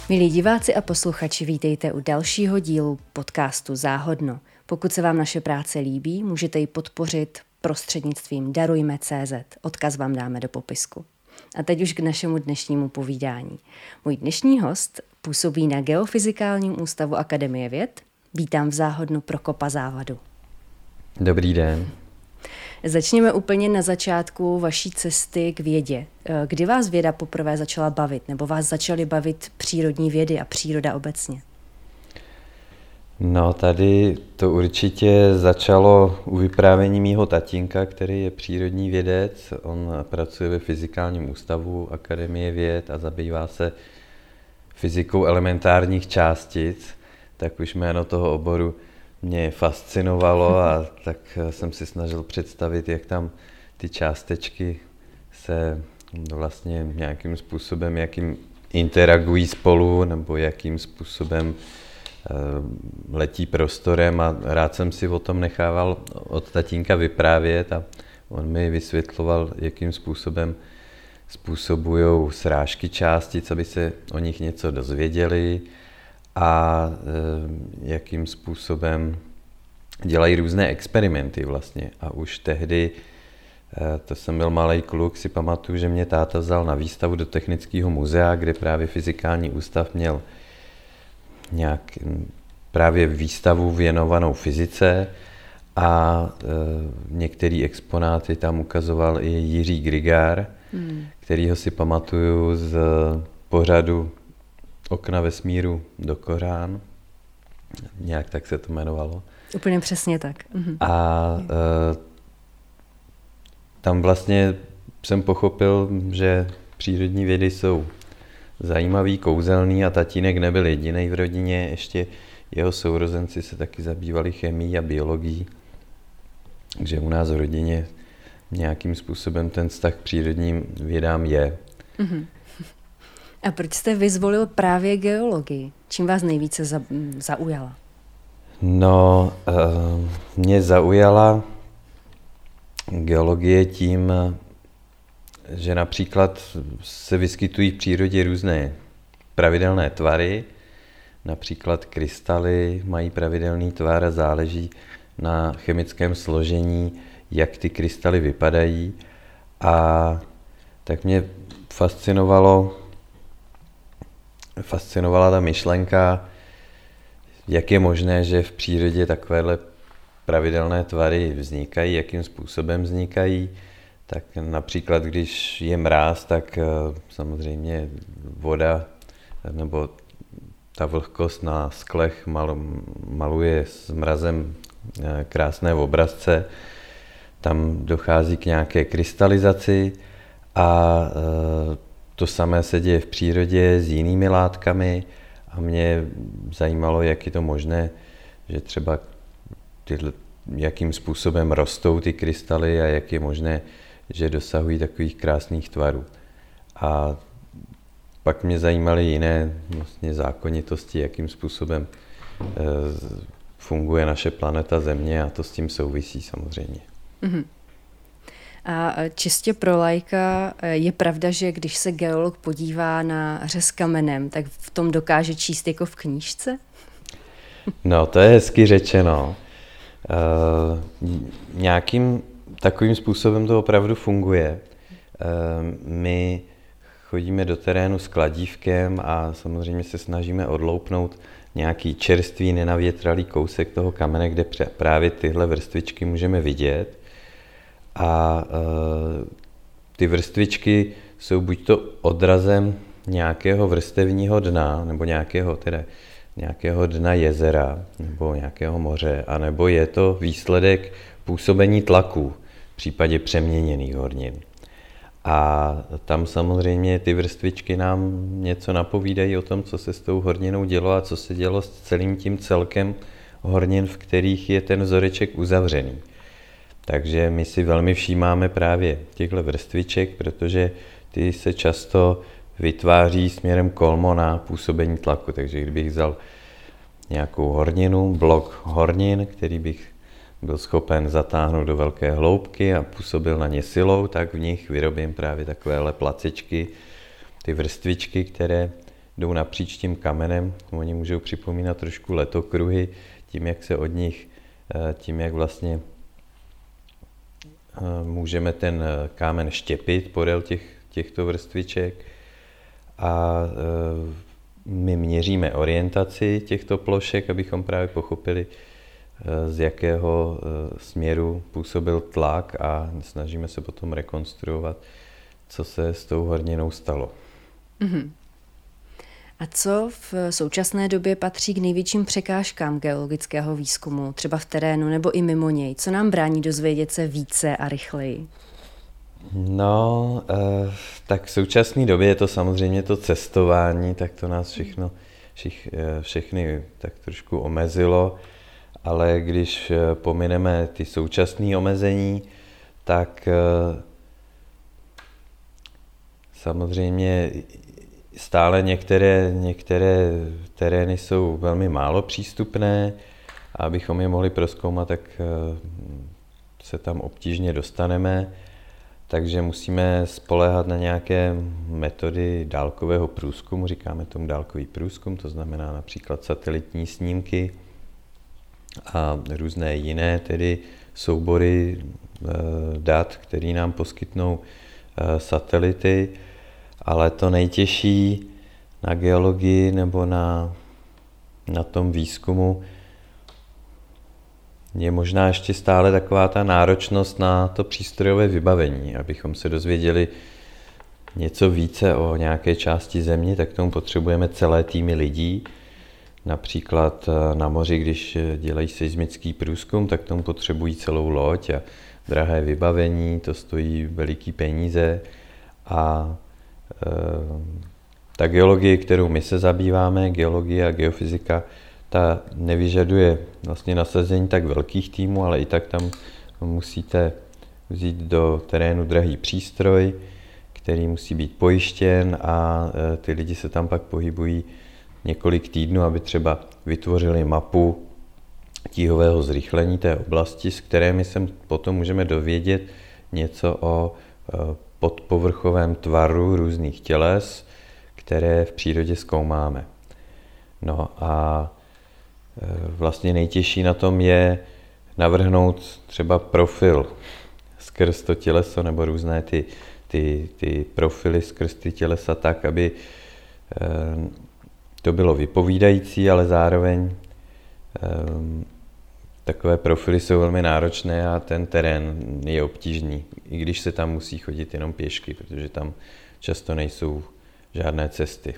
Milí diváci a posluchači, vítejte u dalšího dílu podcastu Záhodno. Pokud se vám naše práce líbí, můžete ji podpořit prostřednictvím Darujme.cz. Odkaz vám dáme do popisku. A teď už k našemu dnešnímu povídání. Můj dnešní host působí na Geofyzikálním ústavu Akademie věd. Vítám v Záhodnu Prokopa Závadu. Dobrý den. Začněme úplně na začátku vaší cesty k vědě. Kdy vás věda poprvé začala bavit, nebo vás začaly bavit přírodní vědy a příroda obecně? No, tady to určitě začalo u vyprávění mýho tatínka, který je přírodní vědec. On pracuje ve Fyzikálním ústavu Akademie věd a zabývá se fyzikou elementárních částic, tak už jméno toho oboru mě fascinovalo a tak jsem si snažil představit, jak tam ty částečky se vlastně nějakým způsobem, jakým interagují spolu, nebo jakým způsobem letí prostorem, a rád jsem si o tom nechával od tatínka vyprávět a on mi vysvětloval, jakým způsobem způsobují srážky částic, aby se o nich něco dozvěděli, a jakým způsobem dělají různé experimenty vlastně. A už tehdy, to jsem byl malej kluk, si pamatuju, že mě táta vzal na výstavu do Technického muzea, kde právě Fyzikální ústav měl právě výstavu věnovanou fyzice a některé exponáty tam ukazoval i Jiří Grigár, kterýho si pamatuju z pořadu Okna vesmíru do Kořán, nějak tak se to jmenovalo. Úplně přesně tak. A tam vlastně jsem pochopil, že přírodní vědy jsou zajímavý, kouzelný, a tatínek nebyl jedinej v rodině, ještě jeho sourozenci se taky zabývali chemií a biologií, takže u nás v rodině nějakým způsobem ten vztah k přírodním vědám je. A proč jste vyzvolil právě geologii? Čím vás nejvíce zaujala? No, mě zaujala geologie tím, že například se vyskytují v přírodě různé pravidelné tvary, například krystaly mají pravidelný tvar a záleží na chemickém složení, jak ty krystaly vypadají, a tak mě fascinovala ta myšlenka, jak je možné, že v přírodě takovéhle pravidelné tvary vznikají, jakým způsobem vznikají. Tak například, když je mráz, tak samozřejmě voda nebo ta vlhkost na sklech maluje s mrazem krásné obrazce. Tam dochází k nějaké krystalizaci a to samé se děje v přírodě s jinými látkami, a mě zajímalo, jak je to možné, že třeba jakým způsobem rostou ty krystaly a jak je možné, že dosahují takových krásných tvarů. A pak mě zajímaly jiné vlastně zákonitosti, jakým způsobem funguje naše planeta Země, a to s tím souvisí samozřejmě. A čistě pro laika je pravda, že když se geolog podívá na řez kamenem, tak v tom dokáže číst jako v knížce? No, to je hezky řečeno. Nějakým takovým způsobem to opravdu funguje. My chodíme do terénu s kladívkem a samozřejmě se snažíme odloupnout nějaký čerstvý, nenavětralý kousek toho kamene, kde právě tyhle vrstvičky můžeme vidět. A ty vrstvičky jsou buď to odrazem nějakého vrstevního dna, nebo nějakého dna jezera, nebo nějakého moře, anebo je to výsledek působení tlaku v případě přeměněných hornin. A tam samozřejmě ty vrstvičky nám něco napovídají o tom, co se s tou horninou dělo a co se dělo s celým tím celkem hornin, v kterých je ten vzoreček uzavřený. Takže my si velmi všímáme právě těchto vrstviček, protože ty se často vytváří směrem kolmo na působení tlaku. Takže kdybych vzal nějakou horninu, blok hornin, který bych byl schopen zatáhnout do velké hloubky a působil na ně silou, tak v nich vyrobím právě takovéhle placičky, ty vrstvičky, které jdou napříč tím kamenem. Oni můžou připomínat trošku letokruhy, tím jak vlastně můžeme ten kámen štěpit podél těchto vrstviček a my měříme orientaci těchto plošek, abychom právě pochopili, z jakého směru působil tlak a snažíme se potom rekonstruovat, co se s tou horninou stalo. Mm-hmm. A co v současné době patří k největším překážkám geologického výzkumu, třeba v terénu nebo i mimo něj? Co nám brání dozvědět se více a rychleji? No, tak v současné době je to samozřejmě to cestování, tak to nás všechny tak trošku omezilo, ale když pomineme ty současné omezení, tak samozřejmě stále některé terény jsou velmi málo přístupné a abychom je mohli prozkoumat, tak se tam obtížně dostaneme, takže musíme spoléhat na nějaké metody dálkového průzkumu, říkáme tomu dálkový průzkum, to znamená například satelitní snímky a různé jiné tedy soubory dat, které nám poskytnou satelity, ale to nejtěžší na geologii nebo na tom výzkumu je možná ještě stále taková ta náročnost na to přístrojové vybavení. Abychom se dozvěděli něco více o nějaké části země, tak k tomu potřebujeme celé týmy lidí. Například na moři, když dělají seismický průzkum, tak k tomu potřebují celou loď a drahé vybavení, to stojí veliký peníze a ta geologie, kterou my se zabýváme, geologie a geofyzika, ta nevyžaduje vlastně nasazení tak velkých týmů, ale i tak tam musíte vzít do terénu drahý přístroj, který musí být pojištěn a ty lidi se tam pak pohybují několik týdnů, aby třeba vytvořili mapu tíhového zrychlení té oblasti, z které my se potom můžeme dovědět něco o podpovrchovém tvaru různých těles, které v přírodě zkoumáme. No a vlastně nejtěžší na tom je navrhnout třeba profil skrz to těleso nebo různé ty profily skrz ty tělesa tak, aby to bylo vypovídající, ale zároveň takové profily jsou velmi náročné a ten terén je obtížný, i když se tam musí chodit jenom pěšky, protože tam často nejsou žádné cesty.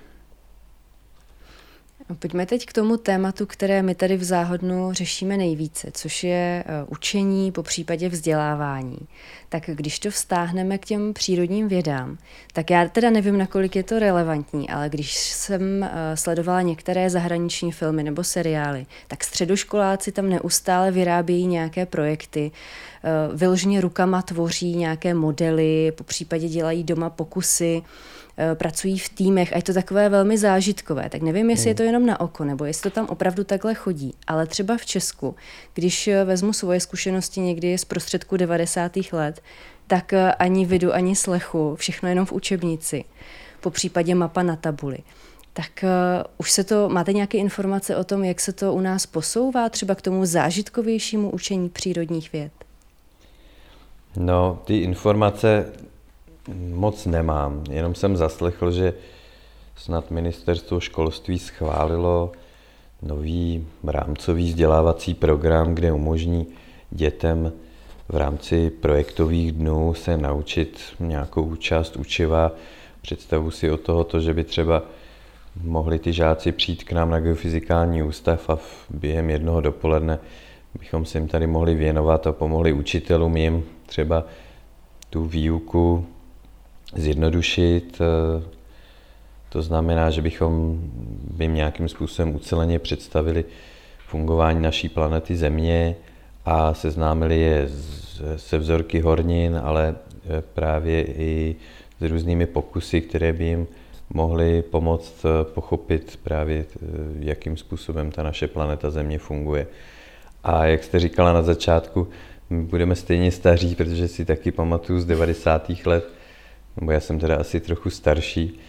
Pojďme teď k tomu tématu, které my tady v Záhodnu řešíme nejvíce, což je učení, popřípadě vzdělávání. Tak když to vztáhneme k těm přírodním vědám, tak já teda nevím, nakolik je to relevantní, ale když jsem sledovala některé zahraniční filmy nebo seriály, tak středoškoláci tam neustále vyrábějí nějaké projekty, vyloženě rukama tvoří nějaké modely, popřípadě dělají doma pokusy, pracují v týmech a je to takové velmi zážitkové. Tak nevím, jestli je to jenom na oko, nebo jestli to tam opravdu takhle chodí. Ale třeba v Česku, když vezmu svoje zkušenosti někdy z prostředku 90. let, tak ani vidu, ani slechu, všechno jenom v učebnici, po případě mapa na tabuli. Tak už máte nějaké informace o tom, jak se to u nás posouvá, třeba k tomu zážitkovějšímu učení přírodních věd? No, ty informace moc nemám, jenom jsem zaslechl, že snad ministerstvo školství schválilo nový rámcový vzdělávací program, kde umožní dětem v rámci projektových dnů se naučit nějakou část učiva. Představu si od tohoto, že by třeba mohli ty žáci přijít k nám na geofyzikální ústav a během jednoho dopoledne bychom se jim tady mohli věnovat a pomohli učitelům jim třeba tu výuku zjednodušit. To znamená, že bychom jim nějakým způsobem uceleně představili fungování naší planety Země a seznámili je se vzorky hornin, ale právě i s různými pokusy, které by jim mohly pomoct pochopit právě, jakým způsobem ta naše planeta Země funguje. A jak jste říkala na začátku, my budeme stejně staří, protože si taky pamatuju z 90. let, nebo já jsem teda asi trochu starší,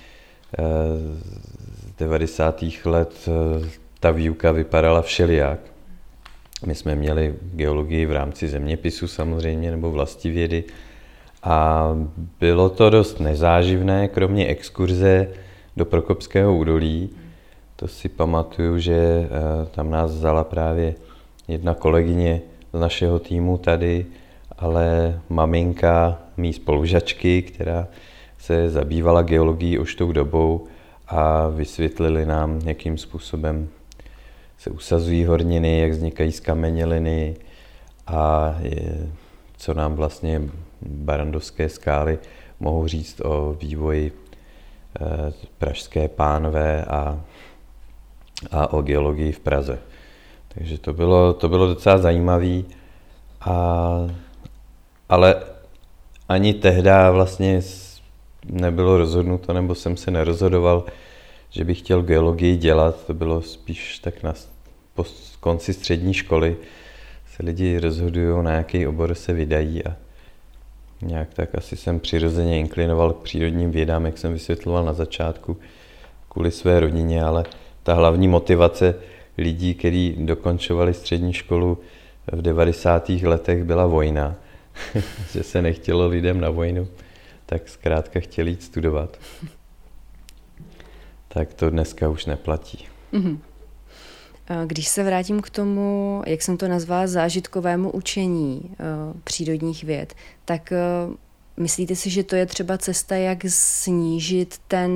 Z 90. let ta výuka vypadala všelijak. My jsme měli geologii v rámci zeměpisu samozřejmě, nebo vlastivědy, a bylo to dost nezáživné, kromě exkurze do Prokopského údolí. To si pamatuju, že tam nás vzala právě jedna kolegyně z našeho týmu tady, ale maminka mý spolužačky, která se zabývala geologií už tou dobou, a vysvětlili nám, jakým způsobem se usazují horniny, jak vznikají zkameněliny a co nám vlastně barandovské skály mohou říct o vývoji pražské pánve a o geologii v Praze. Takže to bylo docela zajímavé, ale ani tehdy vlastně nebylo rozhodnuto, nebo jsem se nerozhodoval, že bych chtěl geologii dělat. To bylo spíš tak po konci střední školy se lidi rozhodují, na jaký obor se vydají, a nějak tak asi jsem přirozeně inklinoval k přírodním vědám, jak jsem vysvětloval na začátku, kvůli své rodině, ale ta hlavní motivace lidí, kteří dokončovali střední školu v 90. letech, byla vojna. Že se nechtělo lidem na vojnu, tak zkrátka chtěli jít studovat. Tak to dneska už neplatí. Když se vrátím k tomu, jak jsem to nazvala, zážitkovému učení přírodních věd, tak myslíte si, že to je třeba cesta, jak snížit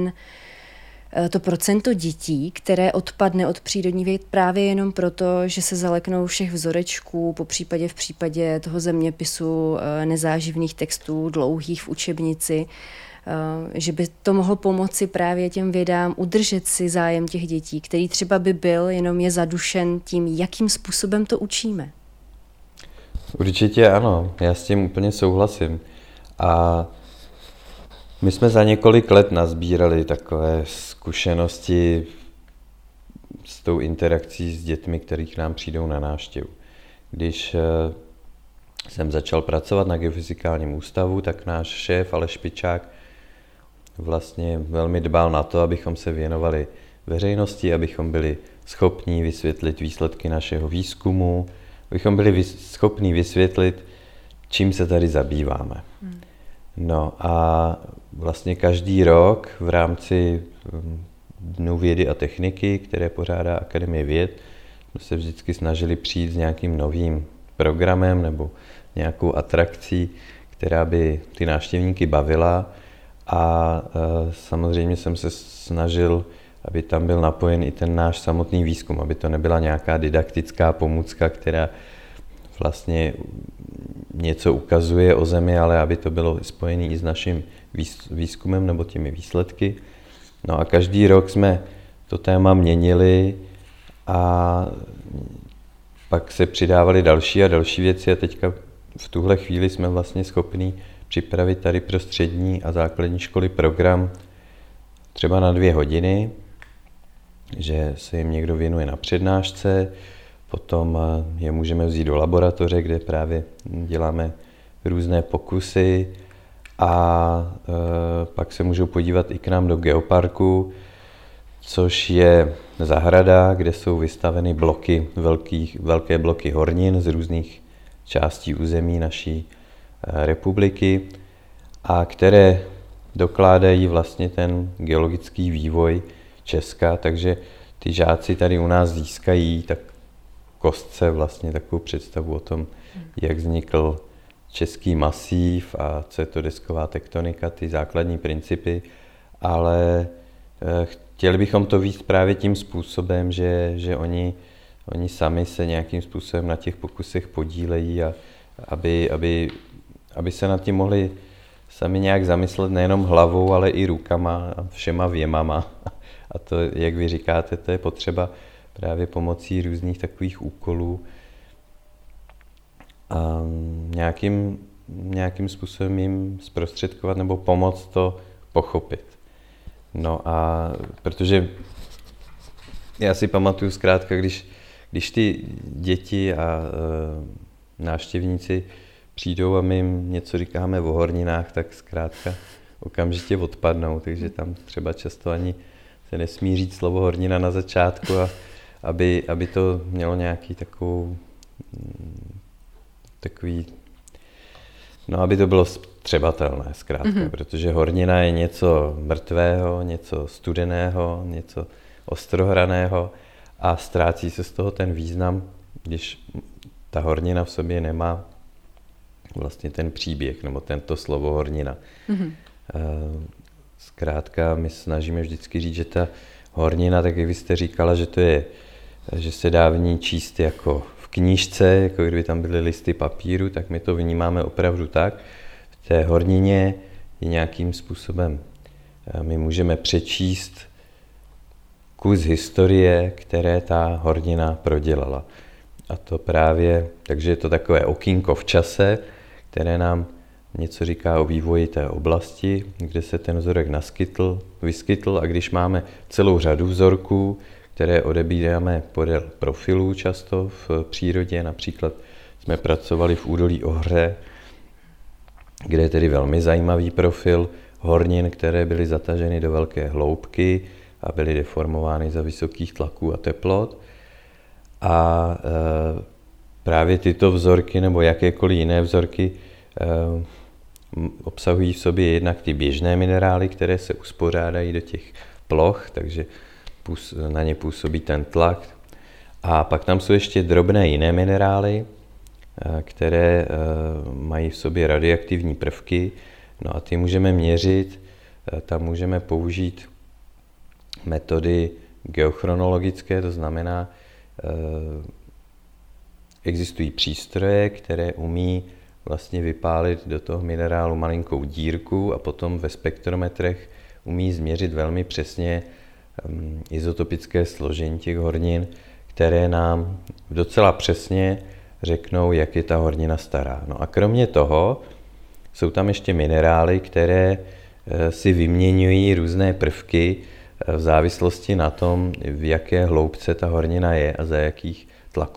to procento dětí, které odpadne od přírodních věd právě jenom proto, že se zaleknou všech vzorečků, popřípadě v případě toho zeměpisu, nezáživných textů, dlouhých v učebnici, že by to mohlo pomoci právě těm vědám udržet si zájem těch dětí, který třeba by byl, jenom je zadušen tím, jakým způsobem to učíme. Určitě ano, já s tím úplně souhlasím. A my jsme za několik let nazbírali takové zkušenosti s tou interakcí s dětmi, které k nám přijdou na návštěvu. Když jsem začal pracovat na Geofyzikálním ústavu, tak náš šéf Aleš Špičák vlastně velmi dbal na to, abychom se věnovali veřejnosti, abychom byli schopni vysvětlit výsledky našeho výzkumu, abychom byli schopni vysvětlit, čím se tady zabýváme. No a vlastně každý rok v rámci Dnů vědy a techniky, které pořádá Akademie věd, jsme se vždycky snažili přijít s nějakým novým programem nebo nějakou atrakcí, která by ty návštěvníky bavila, a samozřejmě jsem se snažil, aby tam byl napojen i ten náš samotný výzkum, aby to nebyla nějaká didaktická pomůcka, která vlastně něco ukazuje o Zemi, ale aby to bylo spojené i s naším výzkumem nebo těmi výsledky. No a každý rok jsme to téma měnili a pak se přidávaly další a další věci, a teďka v tuhle chvíli jsme vlastně schopni připravit tady pro střední a základní školy program třeba na 2 hodiny, že se jim někdo věnuje na přednášce, potom je můžeme vzít do laboratoře, kde právě děláme různé pokusy, a pak se můžou podívat i k nám do geoparku, což je zahrada, kde jsou vystaveny velké bloky hornin z různých částí území naší republiky, a které dokládají vlastně ten geologický vývoj Česka, takže ty žáci tady u nás získají tak kostce vlastně takovou představu o tom, jak vznikl český masív a co je to desková tektonika, ty základní principy, ale chtěli bychom to víc právě tím způsobem, že oni sami se nějakým způsobem na těch pokusech podílejí, a aby se nad tím mohli sami nějak zamyslet nejenom hlavou, ale i rukama a všema věmama. A to, jak vy říkáte, to je potřeba právě pomocí různých takových úkolů a nějakým způsobem jim zprostředkovat nebo pomoct to pochopit. No a protože já si pamatuju zkrátka, když ty děti a návštěvníci přijdou a my jim něco říkáme o horninách, tak zkrátka okamžitě odpadnou, takže tam třeba často ani se nesmí říct slovo hornina na začátku, a aby to mělo nějaký takový, no aby to bylo střebatelné zkrátka, protože hornina je něco mrtvého, něco studeného, něco ostrohraného a ztrácí se z toho ten význam, když ta hornina v sobě nemá vlastně ten příběh, nebo tento slovo hornina. Zkrátka my snažíme vždycky říct, že ta hornina, tak jak vy jste říkala, že se dá v ní číst jako v knížce, jako kdyby tam byly listy papíru, tak my to vnímáme opravdu tak. V té hornině je nějakým způsobem, my můžeme přečíst kus historie, které ta hornina prodělala. A to právě, takže je to takové okýnko v čase, které nám něco říká o vývoji té oblasti, kde se ten vzorek vyskytl, a když máme celou řadu vzorků, které odebíráme podél profilů často v přírodě, například jsme pracovali v údolí Ohře, kde je tedy velmi zajímavý profil hornin, které byly zataženy do velké hloubky a byly deformovány za vysokých tlaků a teplot. A právě tyto vzorky nebo jakékoliv jiné vzorky obsahují v sobě jednak ty běžné minerály, které se uspořádají do těch ploch, takže na ně působí ten tlak. A pak tam jsou ještě drobné jiné minerály, které mají v sobě radioaktivní prvky. No a ty můžeme měřit, tam můžeme použít metody geochronologické, to znamená, existují přístroje, které umí vlastně vypálit do toho minerálu malinkou dírku a potom ve spektrometrech umí změřit velmi přesně izotopické složení těch hornin, které nám docela přesně řeknou, jak je ta hornina stará. No a kromě toho jsou tam ještě minerály, které si vyměňují různé prvky v závislosti na tom, v jaké hloubce ta hornina je a za jakých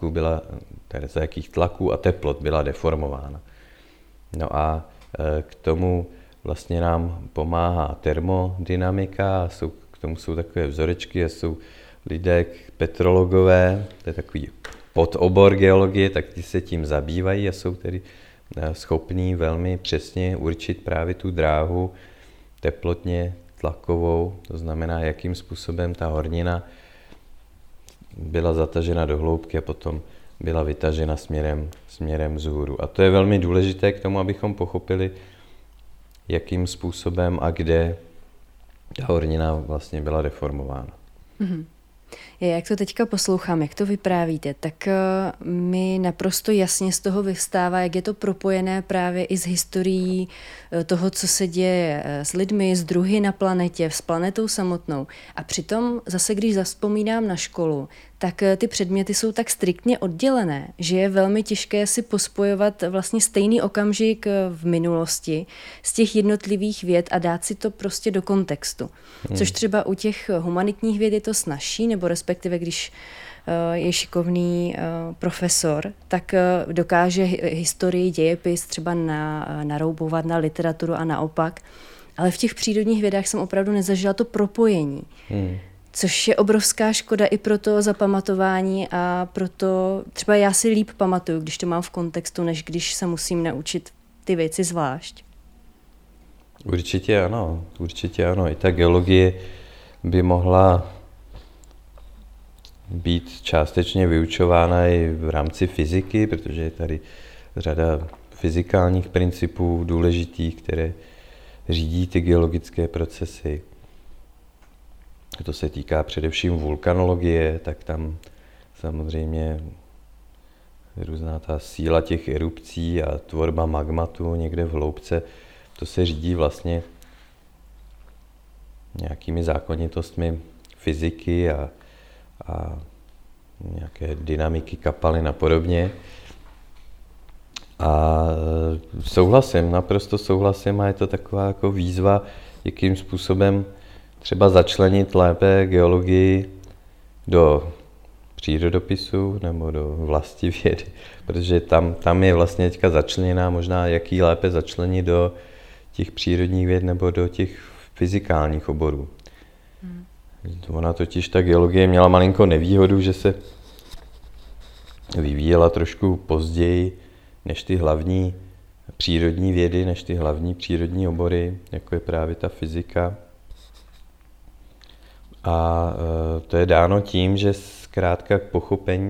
tlaků a teplot byla deformována. No a k tomu vlastně nám pomáhá termodynamika, a k tomu jsou takové vzorečky, a jsou lidé petrologové, to je takový podobor geologie, tak ti se tím zabývají a jsou tedy schopní velmi přesně určit právě tu dráhu teplotně tlakovou, to znamená, jakým způsobem ta hornina byla zatažena do hloubky a potom byla vytažena směrem vzhůru. A to je velmi důležité k tomu, abychom pochopili, jakým způsobem a kde ta hornina vlastně byla deformována. Jak to teďka poslouchám, jak to vyprávíte, tak mi naprosto jasně z toho vyvstává, jak je to propojené právě i s historií toho, co se děje s lidmi, s druhy na planetě, s planetou samotnou. A přitom zase, když zavzpomínám na školu, tak ty předměty jsou tak striktně oddělené, že je velmi těžké si pospojovat vlastně stejný okamžik v minulosti z těch jednotlivých věd a dát si to prostě do kontextu. Což třeba u těch humanitních věd je to snazší, nebo respektive když je šikovný profesor, tak dokáže historii, dějepis třeba naroubovat na literaturu a naopak. Ale v těch přírodních vědách jsem opravdu nezažila to propojení. Což je obrovská škoda i pro to zapamatování a proto třeba já si líp pamatuju, když to mám v kontextu, než když se musím naučit ty věci zvlášť. Určitě ano. I ta geologie by mohla být částečně vyučována i v rámci fyziky, protože je tady řada fyzikálních principů důležitých, které řídí ty geologické procesy. To se týká především vulkanologie, tak tam samozřejmě různá ta síla těch erupcí a tvorba magmatu někde v hloubce, to se řídí vlastně nějakými zákonitostmi fyziky a nějaké dynamiky kapalin a podobně. A naprosto souhlasím, a je to taková jako výzva, jakým způsobem třeba začlenit lépe geologii do přírodopisu nebo do vlastivědy, protože tam je vlastně teďka začleněná, možná jak ji lépe začlenit do těch přírodních věd nebo do těch fyzikálních oborů. Ona totiž ta geologie měla malinko nevýhodu, že se vyvíjela trošku později než ty hlavní přírodní vědy, než ty hlavní přírodní obory, jako je právě ta fyzika. A to je dáno tím, že zkrátka k pochopení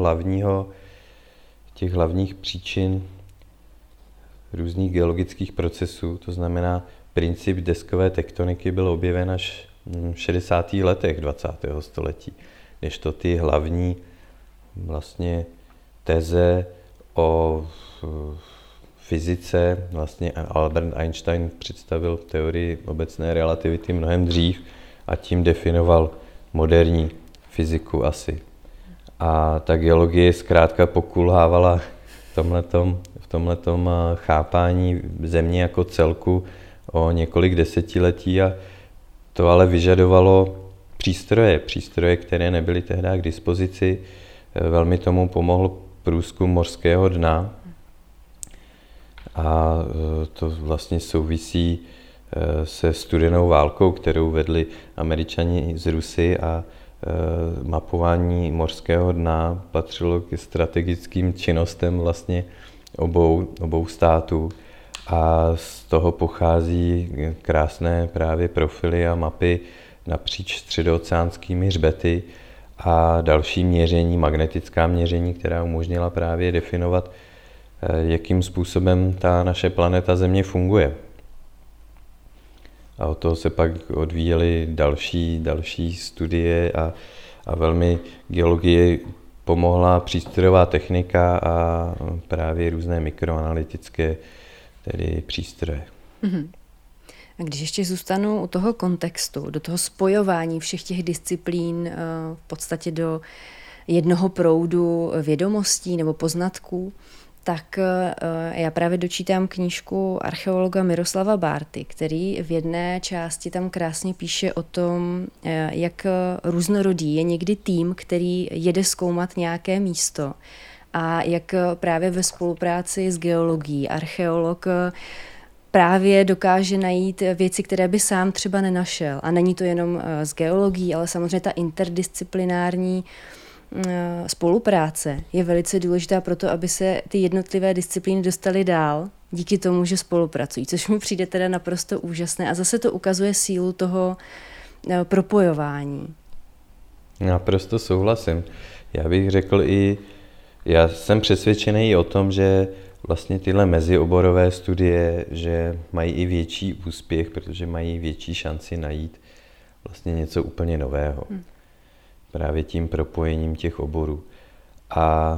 těch hlavních příčin různých geologických procesů, to znamená princip deskové tektoniky byl objeven až v 60. letech 20. století, nežto ty hlavní vlastně teze o fyzice, vlastně Albert Einstein představil teorii obecné relativity mnohem dřív a tím definoval moderní fyziku asi. A ta geologie zkrátka pokulhávala v tomhletom chápání země jako celku o několik desetiletí a to ale vyžadovalo přístroje, které nebyly tehdy k dispozici. Velmi tomu pomohl průzkum mořského dna a to vlastně souvisí se studenou válkou, kterou vedli Američani z Rusy a mapování mořského dna patřilo k strategickým činnostem vlastně obou států a z toho pochází krásné právě profily a mapy napříč středooceánskými hřbety a další měření, magnetická měření, která umožnila právě definovat, jakým způsobem ta naše planeta Země funguje. A od toho se pak odvíjely další studie a velmi geologie pomohla přístrojová technika a právě různé mikroanalytické tedy přístroje. Mm-hmm. A když ještě zůstanu u toho kontextu, do toho spojování všech těch disciplín v podstatě do jednoho proudu vědomostí nebo poznatků, tak já právě dočítám knížku archeologa Miroslava Bárty, který v jedné části tam krásně píše o tom, jak různorodý je někdy tým, který jede zkoumat nějaké místo a jak právě ve spolupráci s geologií archeolog právě dokáže najít věci, které by sám třeba nenašel. A není to jenom z geologií, ale samozřejmě ta interdisciplinární spolupráce je velice důležitá pro to, aby se ty jednotlivé disciplíny dostaly dál díky tomu, že spolupracují, což mi přijde teda naprosto úžasné a zase to ukazuje sílu toho propojování. Naprosto souhlasím. Já bych řekl já jsem přesvědčený i o tom, že vlastně tyhle mezioborové studie, že mají i větší úspěch, protože mají větší šanci najít vlastně něco úplně nového. Právě tím propojením těch oborů. A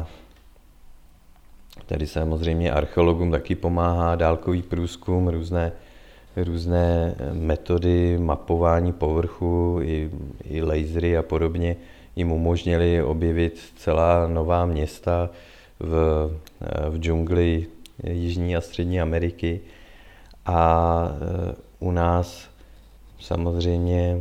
tady samozřejmě archeologům taky pomáhá dálkový průzkum, různé metody mapování povrchu, i lasery a podobně jim umožnili objevit celá nová města v džungli Jižní a Střední Ameriky. A u nás samozřejmě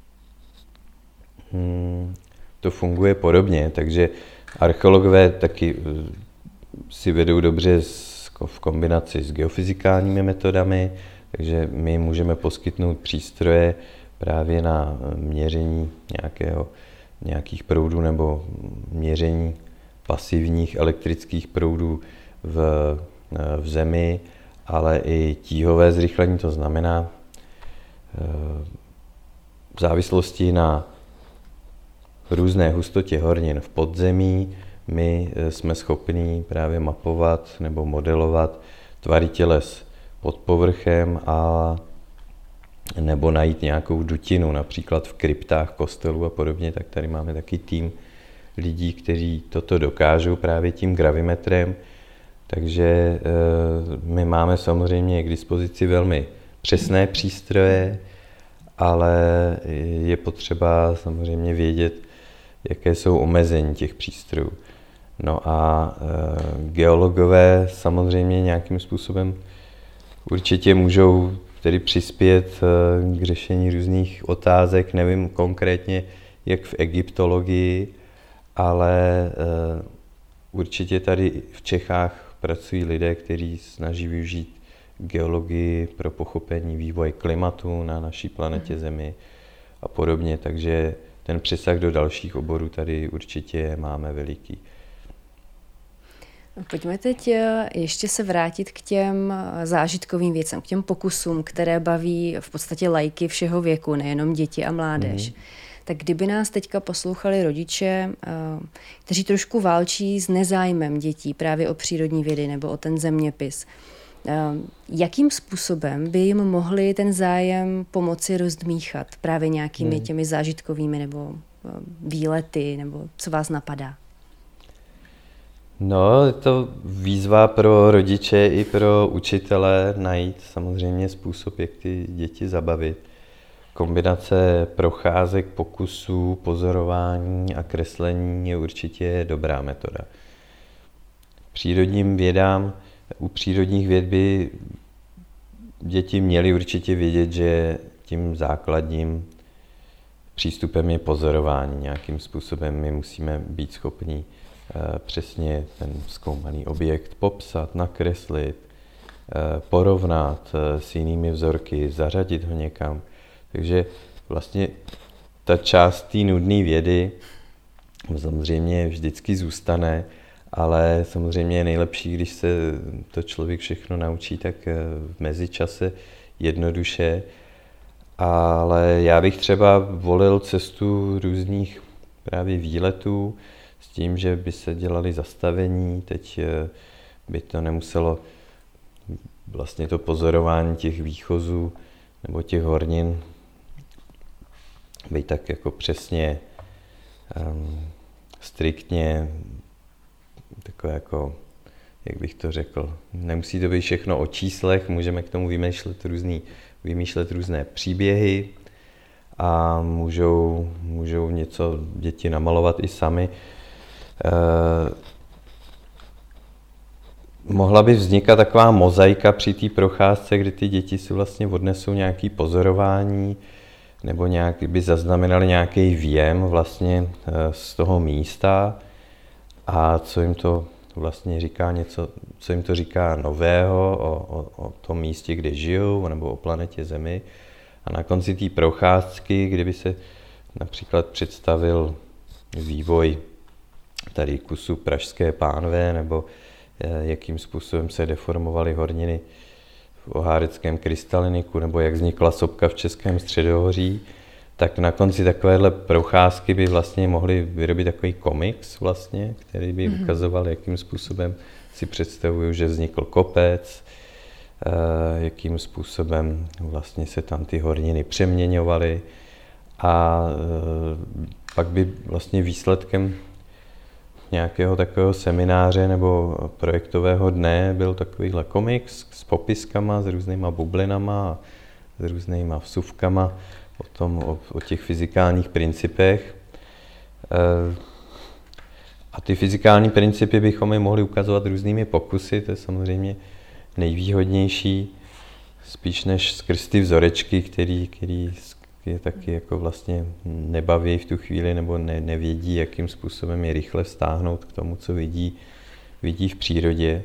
to funguje podobně, takže archeologové taky si vedou dobře v kombinaci s geofyzikálními metodami, takže my můžeme poskytnout přístroje právě na měření nějakých proudů nebo měření pasivních elektrických proudů v zemi, ale i tíhové zrychlení, to znamená v závislosti na různé hustotě hornin v podzemí my jsme schopni právě mapovat nebo modelovat tvary těles pod povrchem nebo najít nějakou dutinu, například v kryptách kostelů a podobně, tak tady máme taky tým lidí, kteří toto dokážou právě tím gravimetrem. Takže my máme samozřejmě k dispozici velmi přesné přístroje, ale je potřeba samozřejmě vědět, jaké jsou omezení těch přístrojů. No a geologové samozřejmě nějakým způsobem určitě můžou tedy přispět k řešení různých otázek, nevím konkrétně jak v egyptologii, ale určitě tady v Čechách pracují lidé, kteří snaží využít geologii, pro pochopení vývoje klimatu na naší planetě Zemi a podobně, takže ten přesah do dalších oborů tady určitě máme veliký. Pojďme teď ještě se vrátit k těm zážitkovým věcem, k těm pokusům, které baví v podstatě laiky všeho věku, nejenom děti a mládež. Tak kdyby nás teďka poslouchali rodiče, kteří trošku válčí s nezájmem dětí právě o přírodní vědy nebo o ten zeměpis, jakým způsobem by jim mohli ten zájem pomoci rozdmíchat právě nějakými těmi zážitkovými nebo výlety, nebo co vás napadá? No, je to výzva pro rodiče i pro učitele najít samozřejmě způsob, jak ty děti zabavit. Kombinace procházek, pokusů, pozorování a kreslení je určitě dobrá metoda. Přírodním vědám, u přírodních věd by děti měly určitě vědět, že tím základním přístupem je pozorování. Nějakým způsobem my musíme být schopni přesně ten zkoumaný objekt popsat, nakreslit, porovnat s jinými vzorky, zařadit ho někam. Takže vlastně ta část té nudné vědy samozřejmě vždycky zůstane, ale samozřejmě je nejlepší, když se to člověk všechno naučí, tak v mezičase jednoduše. Ale já bych třeba volil cestu různých právě výletů s tím, že by se dělali zastavení, teď by to nemuselo vlastně to pozorování těch výchozů nebo těch hornin být tak jako přesně striktně takové jako, jak bych to řekl, nemusí to být všechno o číslech, můžeme k tomu vymýšlet různé příběhy a můžou něco děti namalovat i sami. Mohla by vznikat taková mozaika při té procházce, kdy ty děti si vlastně odnesou nějaké pozorování nebo by zaznamenali nějaký věm vlastně z toho místa a co jim to vlastně říká co jim to říká nového o tom místě, kde žijou, nebo o planetě Zemi. A na konci té procházky, kdyby se například představil vývoj tady kusu Pražské pánve, nebo jakým způsobem se deformovaly horniny v Oháreckém krystaliniku, nebo jak vznikla sopka v Českém středohoří, tak na konci takovéhle procházky by vlastně mohli vyrobit takový komiks vlastně, který by ukazoval, jakým způsobem si představují, že vznikl kopec, jakým způsobem vlastně se tam ty horniny přeměňovaly a pak by vlastně výsledkem nějakého takového semináře nebo projektového dne byl takovýhle komiks s popiskama, s různýma bublinama, s různýma vsuvkama o těch fyzikálních principech. A ty fyzikální principy bychom je mohli ukazovat různými pokusy, to je samozřejmě nejvýhodnější, spíš než skrz ty vzorečky, který je taky jako vlastně nebaví v tu chvíli nebo nevědí, jakým způsobem je rychle vztáhnout k tomu, co vidí v přírodě.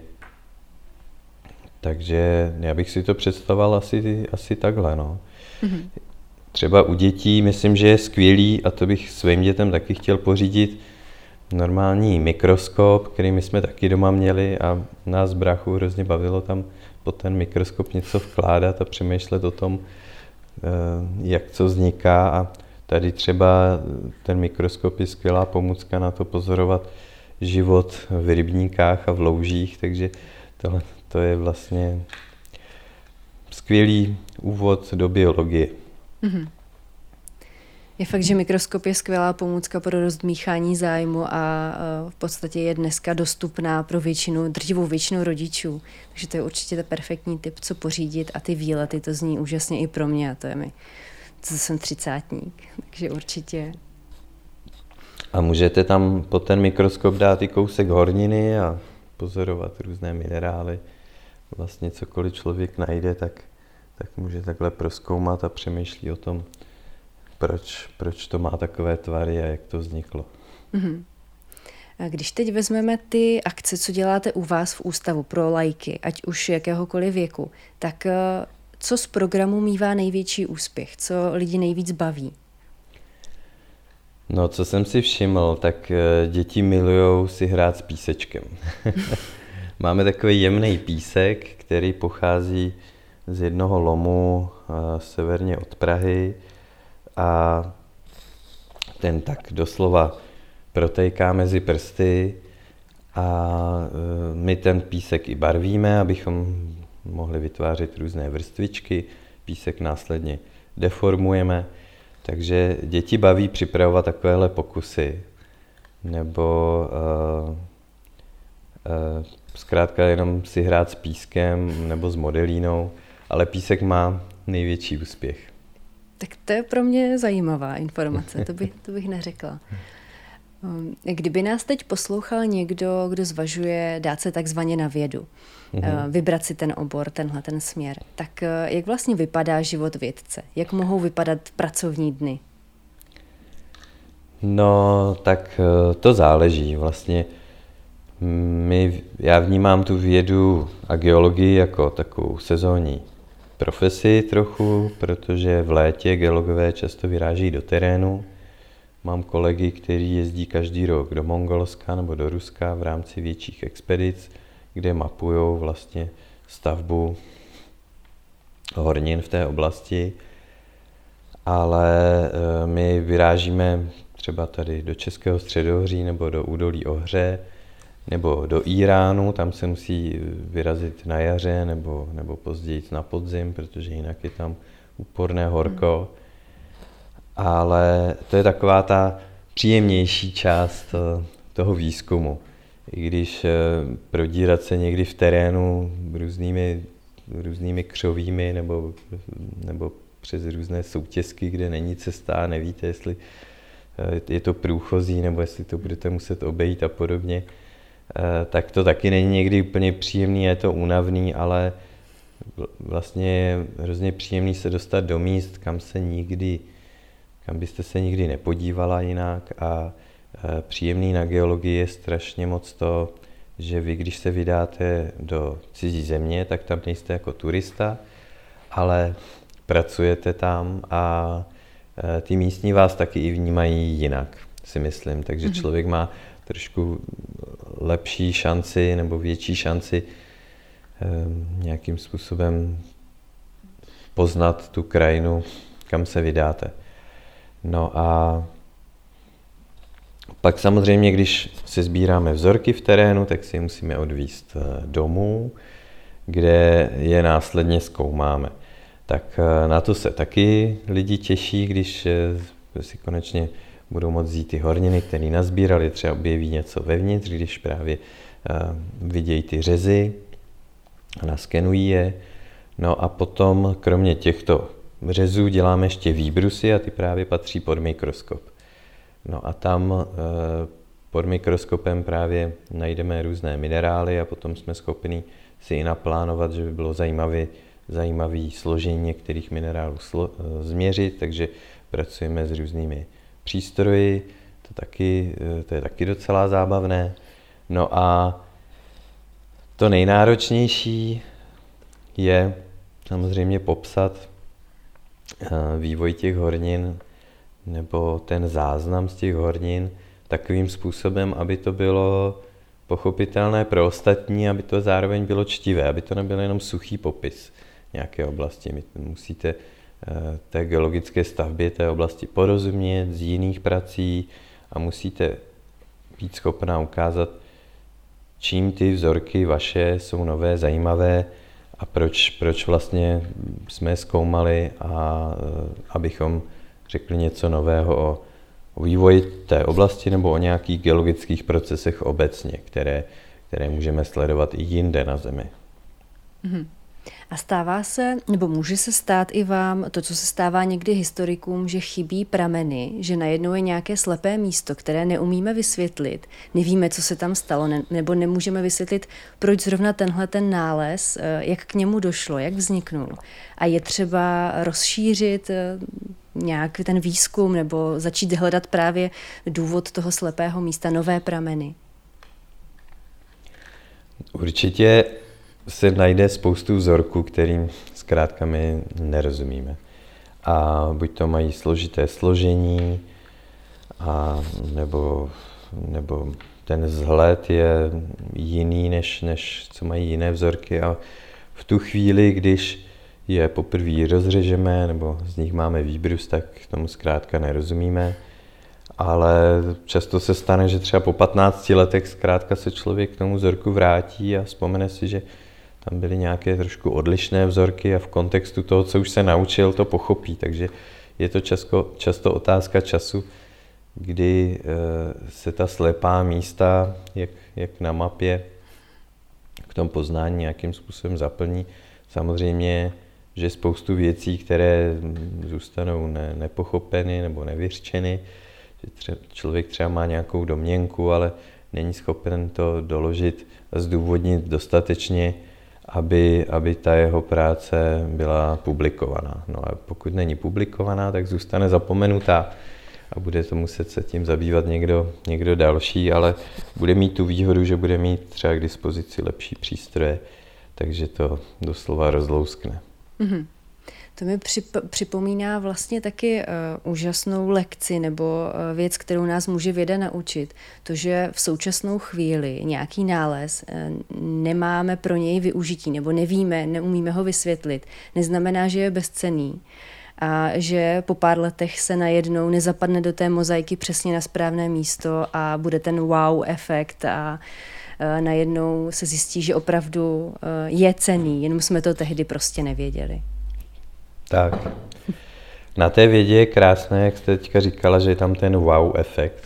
Takže já bych si to představoval asi takhle. No. Třeba u dětí myslím, že je skvělý, a to bych svým dětem taky chtěl pořídit, normální mikroskop, který my jsme taky doma měli a nás bráchu hrozně bavilo tam pod ten mikroskop něco vkládat a přemýšlet o tom, jak co vzniká, a tady třeba ten mikroskop je skvělá pomůcka na to pozorovat život v rybníkách a v loužích, takže tohle to je vlastně skvělý úvod do biologie. Je fakt, že mikroskop je skvělá pomůcka pro rozdmíchání zájmu a v podstatě je dneska dostupná pro drtivou většinu rodičů. Takže to je určitě ten perfektní tip, co pořídit, a ty výlety, to zní úžasně i pro mě, a to jsem třicátník, takže určitě. A můžete tam pod ten mikroskop dát i kousek horniny a pozorovat různé minerály. Vlastně cokoliv člověk najde, tak může takhle prozkoumat a přemýšlí o tom, proč to má takové tvary a jak to vzniklo. Když teď vezmeme ty akce, co děláte u vás v ústavu pro laiky, ať už jakéhokoliv věku, tak co z programu mívá největší úspěch? Co lidi nejvíc baví? No, co jsem si všiml, tak děti milujou si hrát s písečkem. Máme takový jemný písek, který pochází z jednoho lomu severně od Prahy a ten tak doslova protéká mezi prsty a my ten písek i barvíme, abychom mohli vytvářet různé vrstvičky. Písek následně deformujeme, takže děti baví připravovat takovéhle pokusy nebo zkrátka jenom si hrát s pískem nebo s modelínou, ale písek má největší úspěch. Tak to je pro mě zajímavá informace, to bych neřekla. Kdyby nás teď poslouchal někdo, kdo zvažuje dát se takzvaně na vědu, vybrat si ten obor, tenhle ten směr, tak jak vlastně vypadá život vědce? Jak mohou vypadat pracovní dny? No, tak to záleží. Vlastně já vnímám tu vědu a geologii jako takovou sezónní profesi trochu, protože v létě geologové často vyráží do terénu. Mám kolegy, kteří jezdí každý rok do Mongolska nebo do Ruska v rámci větších expedic, kde mapujou vlastně stavbu hornin v té oblasti. Ale my vyrážíme třeba tady do Českého středohoří nebo do údolí Ohře nebo do Íránu, tam se musí vyrazit na jaře nebo později na podzim, protože jinak je tam úporné horko. Ale to je taková ta příjemnější část toho výzkumu. I když prodírat se někdy v terénu různými křovími nebo přes různé soutězky, kde není cesta a nevíte, jestli je to průchozí nebo jestli to budete muset obejít a podobně, tak to taky není někdy úplně příjemný, je to únavný, ale vlastně je hrozně příjemný se dostat do míst, kam byste se nikdy nepodívala jinak a příjemný na geologii je strašně moc to, že vy, když se vydáte do cizí země, tak tam nejste jako turista, ale pracujete tam a ty místní vás taky i vnímají jinak, si myslím. Takže člověk má trošku lepší šanci nebo větší šanci nějakým způsobem poznat tu krajinu, kam se vydáte. No a pak samozřejmě, když si sbíráme vzorky v terénu, tak si je musíme odvízt domů, kde je následně zkoumáme. Tak na to se taky lidi těší, když si konečně budou moct vzít ty horniny, které nazbírali, třeba objeví něco vevnitř, když právě vidějí ty řezy a naskenují je. No a potom kromě těchto řezů děláme ještě výbrusy a ty právě patří pod mikroskop. No a tam pod mikroskopem právě najdeme různé minerály a potom jsme schopni si i naplánovat, že by bylo zajímavé složení některých minerálů změřit, takže pracujeme s různými přístroji, to je taky docela zábavné. No a to nejnáročnější je samozřejmě popsat vývoj těch hornin nebo ten záznam z těch hornin takovým způsobem, aby to bylo pochopitelné pro ostatní, aby to zároveň bylo čtivé, aby to nebyl jenom suchý popis nějaké oblasti. My musíte té geologické stavbě té oblasti porozumět z jiných prací a musíte být schopná ukázat, čím ty vzorky vaše jsou nové, zajímavé a proč vlastně jsme zkoumali a abychom řekli něco nového o vývoji té oblasti nebo o nějakých geologických procesech obecně, které můžeme sledovat i jinde na Zemi. A stává se, nebo může se stát i vám to, co se stává někdy historikům, že chybí prameny, že najednou je nějaké slepé místo, které neumíme vysvětlit, nevíme, co se tam stalo, nebo nemůžeme vysvětlit, proč zrovna tenhle ten nález, jak k němu došlo, jak vzniknul. A je třeba rozšířit nějak ten výzkum nebo začít hledat právě důvod toho slepého místa, nové prameny. Určitě se najde spoustu vzorků, kterým zkrátka my nerozumíme. A buď to mají složité složení, nebo ten vzhled je jiný, než co mají jiné vzorky. A v tu chvíli, když je poprvé rozřežeme, nebo z nich máme výbrus, tak tomu zkrátka nerozumíme. Ale často se stane, že třeba po 15 letech zkrátka se člověk k tomu vzorku vrátí a vzpomene si, že tam byly nějaké trošku odlišné vzorky a v kontextu toho, co už se naučil, to pochopí. Takže je to často otázka času, kdy se ta slepá místa, jak na mapě, v tom poznání nějakým způsobem zaplní. Samozřejmě, že spoustu věcí, které zůstanou nepochopeny nebo nevyřčeny, že člověk třeba má nějakou domněnku, ale není schopen to doložit a zdůvodnit dostatečně, aby ta jeho práce byla publikovaná. No a pokud není publikovaná, tak zůstane zapomenutá a bude to muset se tím zabývat někdo další, ale bude mít tu výhodu, že bude mít třeba k dispozici lepší přístroje, takže to doslova rozlouskne. Mm-hmm. To mi připomíná vlastně taky úžasnou lekci nebo věc, kterou nás může věda naučit. To, že v současnou chvíli nějaký nález nemáme pro něj využití nebo nevíme, neumíme ho vysvětlit, neznamená, že je bezcenný. A že po pár letech se najednou nezapadne do té mozaiky přesně na správné místo a bude ten wow efekt a najednou se zjistí, že opravdu je cenný, jenom jsme to tehdy prostě nevěděli. Tak. Na té vědě je krásné, jak jste teďka říkala, že je tam ten wow efekt.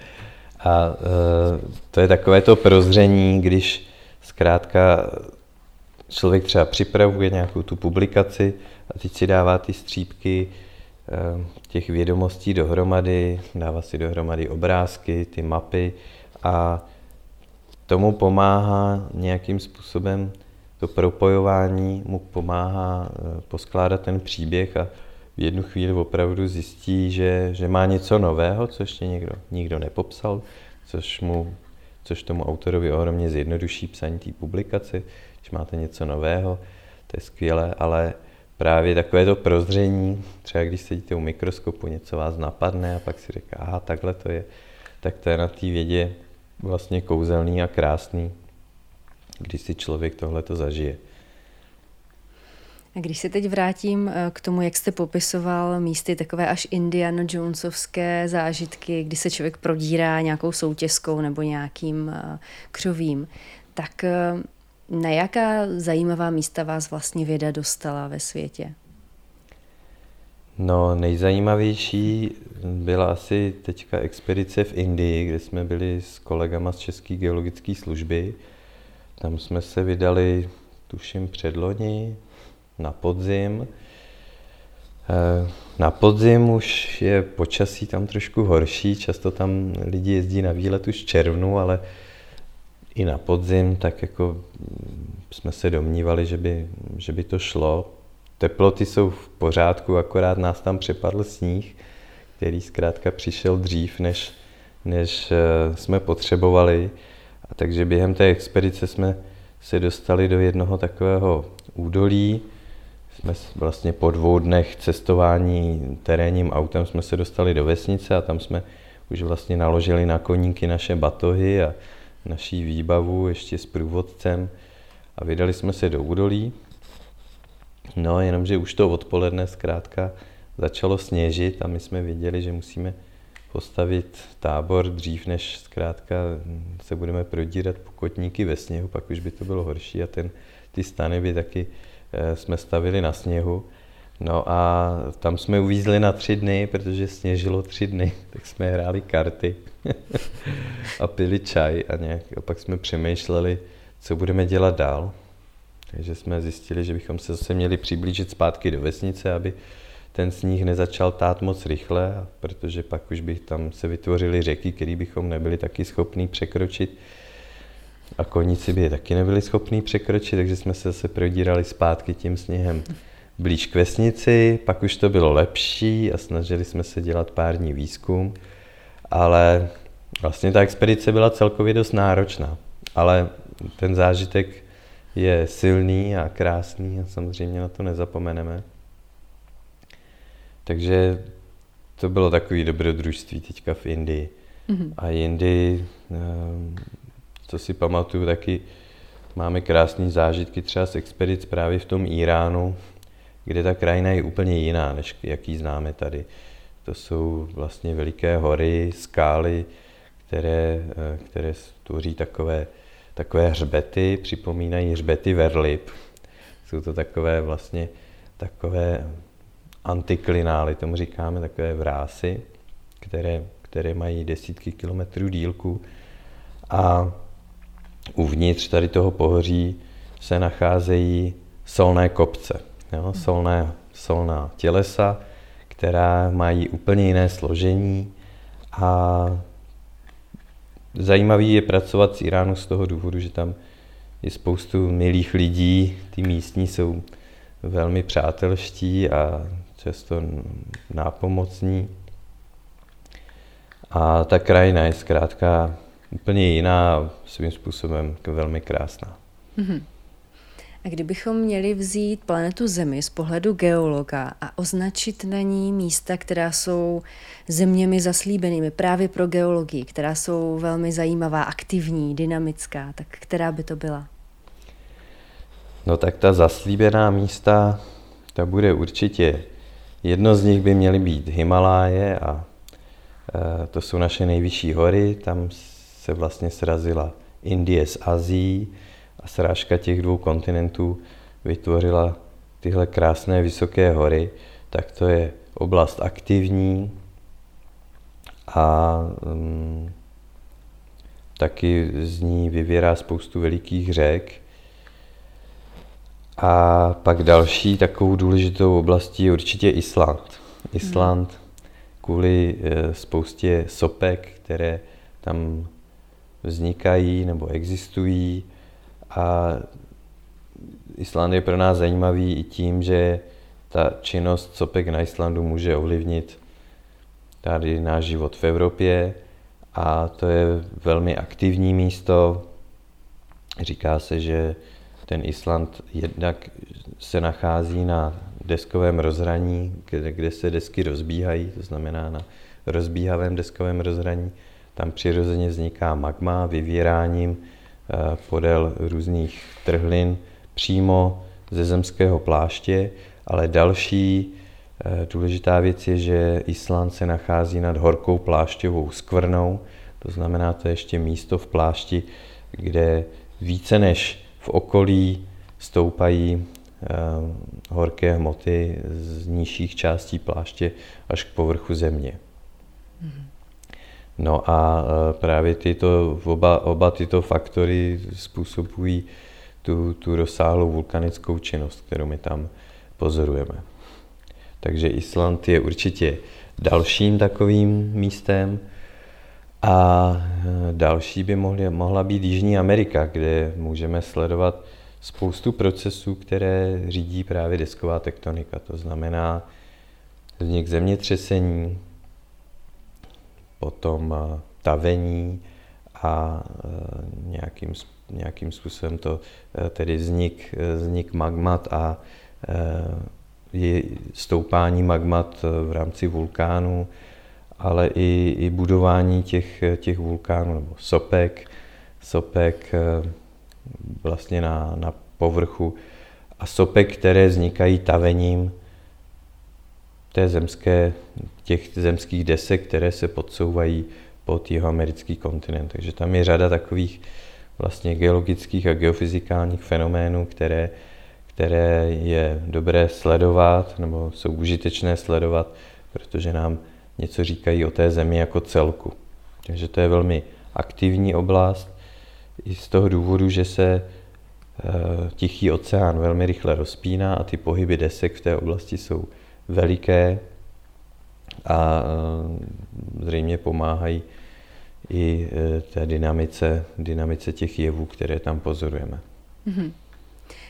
A to je takové to prozření, když zkrátka člověk třeba připravuje nějakou tu publikaci a teď si dává ty střípky těch vědomostí dohromady, dává si dohromady obrázky, ty mapy a tomu pomáhá nějakým způsobem to propojování, mu pomáhá poskládat ten příběh a v jednu chvíli opravdu zjistí, že má něco nového, co ještě nikdo nepopsal, což tomu autorovi ohromně zjednoduší psaní té publikace, když máte něco nového, to je skvělé, ale právě takové to prozření, třeba když sedíte u mikroskopu, něco vás napadne a pak si říká, aha, takhle to je, tak to je na té vědě vlastně kouzelný a krásný, když si člověk tohleto zažije. A když se teď vrátím k tomu, jak jste popisoval místy takové až Indiana Jonesovské zážitky, kdy se člověk prodírá nějakou soutěskou nebo nějakým křovím, tak na jaká zajímavá místa vás vlastně věda dostala ve světě? No, nejzajímavější byla asi teďka expedice v Indii, kde jsme byli s kolegama z České geologické služby. Tam jsme se vydali, tuším, předloni, na podzim. Na podzim už je počasí tam trošku horší, často tam lidi jezdí na výlet už v červnu, ale i na podzim tak jako jsme se domnívali, že by to šlo. Teploty jsou v pořádku, akorát nás tam přepadl sníh, který zkrátka přišel dřív, než jsme potřebovali. A takže během té expedice jsme se dostali do jednoho takového údolí. Jsme vlastně po 2 dnech cestování terénním autem jsme se dostali do vesnice a tam jsme už vlastně naložili na koníky naše batohy a naší výbavu ještě s průvodcem a vydali jsme se do údolí. No, jenomže už to odpoledne zkrátka začalo sněžit a my jsme věděli, že musíme postavit tábor dřív, než zkrátka se budeme prodírat po kotníky ve sněhu, pak už by to bylo horší a ty stany by taky jsme stavili na sněhu. No a tam jsme uvízli na 3 dny, protože sněžilo 3 dny, tak jsme hráli karty a pili čaj a pak jsme přemýšleli, co budeme dělat dál. Takže jsme zjistili, že bychom se zase měli přiblížit zpátky do vesnice, aby ten sníh nezačal tát moc rychle, protože pak už by tam se vytvořily řeky, které bychom nebyli taky schopní překročit. A koníci by je taky nebyli schopní překročit, takže jsme se zase prodírali zpátky tím sněhem blíž k vesnici, pak už to bylo lepší a snažili jsme se dělat pár dní výzkum, ale vlastně ta expedice byla celkově dost náročná. Ale ten zážitek je silný a krásný a samozřejmě na to nezapomeneme. Takže to bylo takové dobrodružství teďka v Indii. A Indii, co si pamatuju, taky máme krásné zážitky třeba z expedic právě v tom Íránu, kde ta krajina je úplně jiná, než jaký známe tady. To jsou vlastně veliké hory, skály, které tvoří takové hřbety, připomínají hřbety Verlip. Jsou to takové antiklinály, tomu říkáme, takové vrásy, které mají desítky kilometrů dílku. A uvnitř tady toho pohoří se nacházejí solné kopce, jo? Solná tělesa, která mají úplně jiné složení a zajímavý je pracovat s Íránu z toho důvodu, že tam je spoustu milých lidí, ty místní jsou velmi přátelští a často nápomocní. A ta krajina je zkrátka úplně jiná a svým způsobem velmi krásná. A kdybychom měli vzít planetu Zemi z pohledu geologa a označit na ní místa, která jsou zeměmi zaslíbenými právě pro geologii, která jsou velmi zajímavá, aktivní, dynamická, tak která by to byla? No tak ta zaslíbená místa, ta bude určitě, jedno z nich by měly být Himaláje a to jsou naše nejvyšší hory, tam se vlastně srazila Indie s Asií a srážka těch dvou kontinentů vytvořila tyhle krásné vysoké hory, tak to je oblast aktivní a taky z ní vyvěrá spoustu velikých řek. A pak další takovou důležitou oblastí je určitě Island. Island kvůli spoustě sopek, které tam vznikají nebo existují. A Island je pro nás zajímavý i tím, že ta činnost sopek na Islandu může ovlivnit tady náš život v Evropě a to je velmi aktivní místo. Říká se, že ten Island jednak se nachází na deskovém rozhraní, kde se desky rozbíhají, to znamená na rozbíhavém deskovém rozhraní. Tam přirozeně vzniká magma vyvíráním podél různých trhlin přímo ze zemského pláště, ale další důležitá věc je, že Island se nachází nad horkou plášťovou skvrnou, to znamená, to je ještě místo v plášti, kde více než v okolí stoupají horké hmoty z nižších částí pláště až k povrchu země. No a právě oba tyto faktory způsobují tu rozsáhlou vulkanickou činnost, kterou my tam pozorujeme. Takže Island je určitě dalším takovým místem a další by mohla být Jižní Amerika, kde můžeme sledovat spoustu procesů, které řídí právě desková tektonika. To znamená vznik zemětřesení, potom tavení a nějakým způsobem to tedy vznik magmat a stoupání magmat v rámci vulkánů, ale i budování těch vulkánů nebo sopek vlastně na povrchu a sopek, které vznikají tavením těch zemských desek, které se podsouvají pod jihoamerický kontinent. Takže tam je řada takových vlastně geologických a geofyzikálních fenoménů, které je dobré sledovat nebo jsou užitečné sledovat, protože nám něco říkají o té zemi jako celku. Takže to je velmi aktivní oblast i z toho důvodu, že se Tichý oceán velmi rychle rozpíná a ty pohyby desek v té oblasti jsou veliké a zřejmě pomáhají i té dynamice těch jevů, které tam pozorujeme.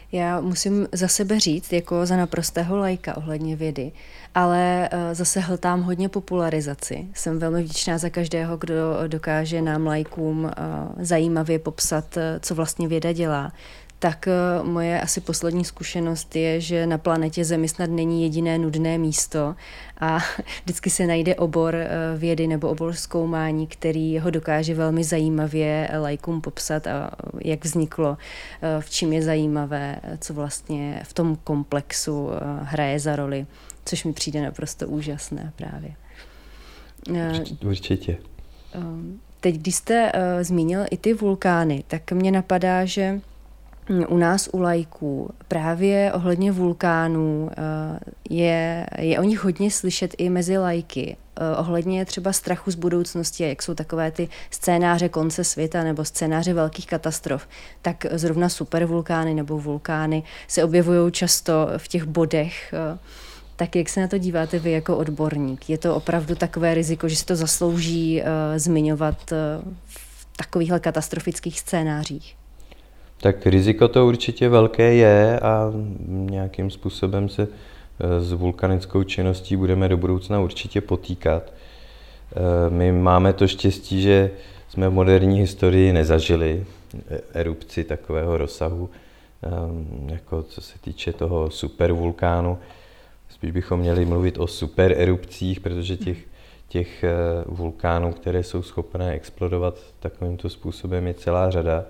Já musím za sebe říct, jako za naprostého laika ohledně vědy, ale zase hltám hodně popularizaci. Jsem velmi vděčná za každého, kdo dokáže nám laikům zajímavě popsat, co vlastně věda dělá. Tak moje asi poslední zkušenost je, že na planetě Zemi snad není jediné nudné místo a vždycky se najde obor vědy nebo obor zkoumání, který ho dokáže velmi zajímavě laikům popsat a jak vzniklo, v čím je zajímavé, co vlastně v tom komplexu hraje za roli, což mi přijde naprosto úžasné právě. Určitě. Teď, když jste zmínil i ty vulkány, tak mě napadá, že u nás, u laiků, právě ohledně vulkánů je o nich hodně slyšet i mezi laiky. Ohledně třeba strachu z budoucnosti, jak jsou takové ty scénáře konce světa nebo scénáře velkých katastrof, tak zrovna supervulkány nebo vulkány se objevují často v těch bodech. Tak jak se na to díváte vy jako odborník? Je to opravdu takové riziko, že si to zaslouží zmiňovat v takovýchhle katastrofických scénářích? Tak riziko to určitě velké je a nějakým způsobem se s vulkanickou činností budeme do budoucna určitě potýkat. My máme to štěstí, že jsme v moderní historii nezažili erupci takového rozsahu, jako co se týče toho supervulkánu. Spíš bychom měli mluvit o supererupcích, protože těch vulkánů, které jsou schopné explodovat takovýmto způsobem, je celá řada.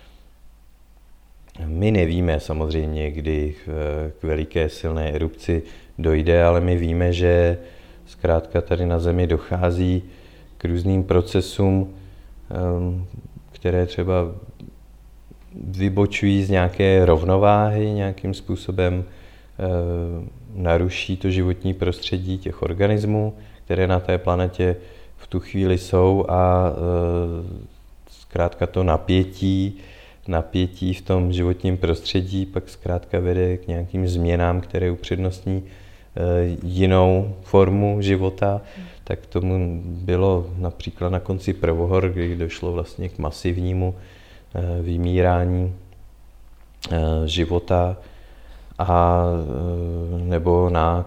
My nevíme samozřejmě, kdy k veliké silné erupci dojde, ale my víme, že zkrátka tady na Zemi dochází k různým procesům, které třeba vybočují z nějaké rovnováhy, nějakým způsobem naruší to životní prostředí těch organismů, které na té planetě v tu chvíli jsou a zkrátka to napětí v tom životním prostředí pak zkrátka vede k nějakým změnám, které upřednostní jinou formu života. Tak tomu bylo například na konci prvohor, kdy došlo vlastně k masivnímu vymírání života, a nebo na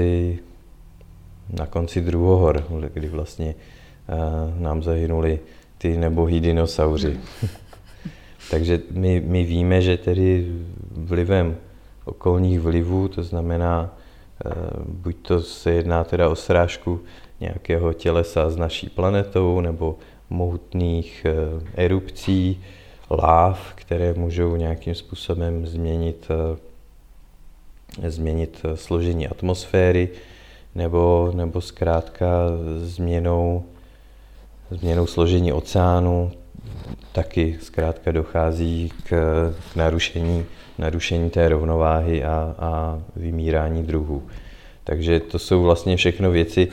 konci druhohor, kdy vlastně nám zahynuli ty nebohý dinosauři. Takže my víme, že tedy vlivem okolních vlivů, to znamená, buď to se jedná teda o srážku nějakého tělesa s naší planetou, nebo mohutných erupcí, láv, které můžou nějakým způsobem změnit složení atmosféry, nebo zkrátka změnou složení oceánu, taky zkrátka dochází k narušení té rovnováhy a vymírání druhů. Takže to jsou vlastně všechno věci,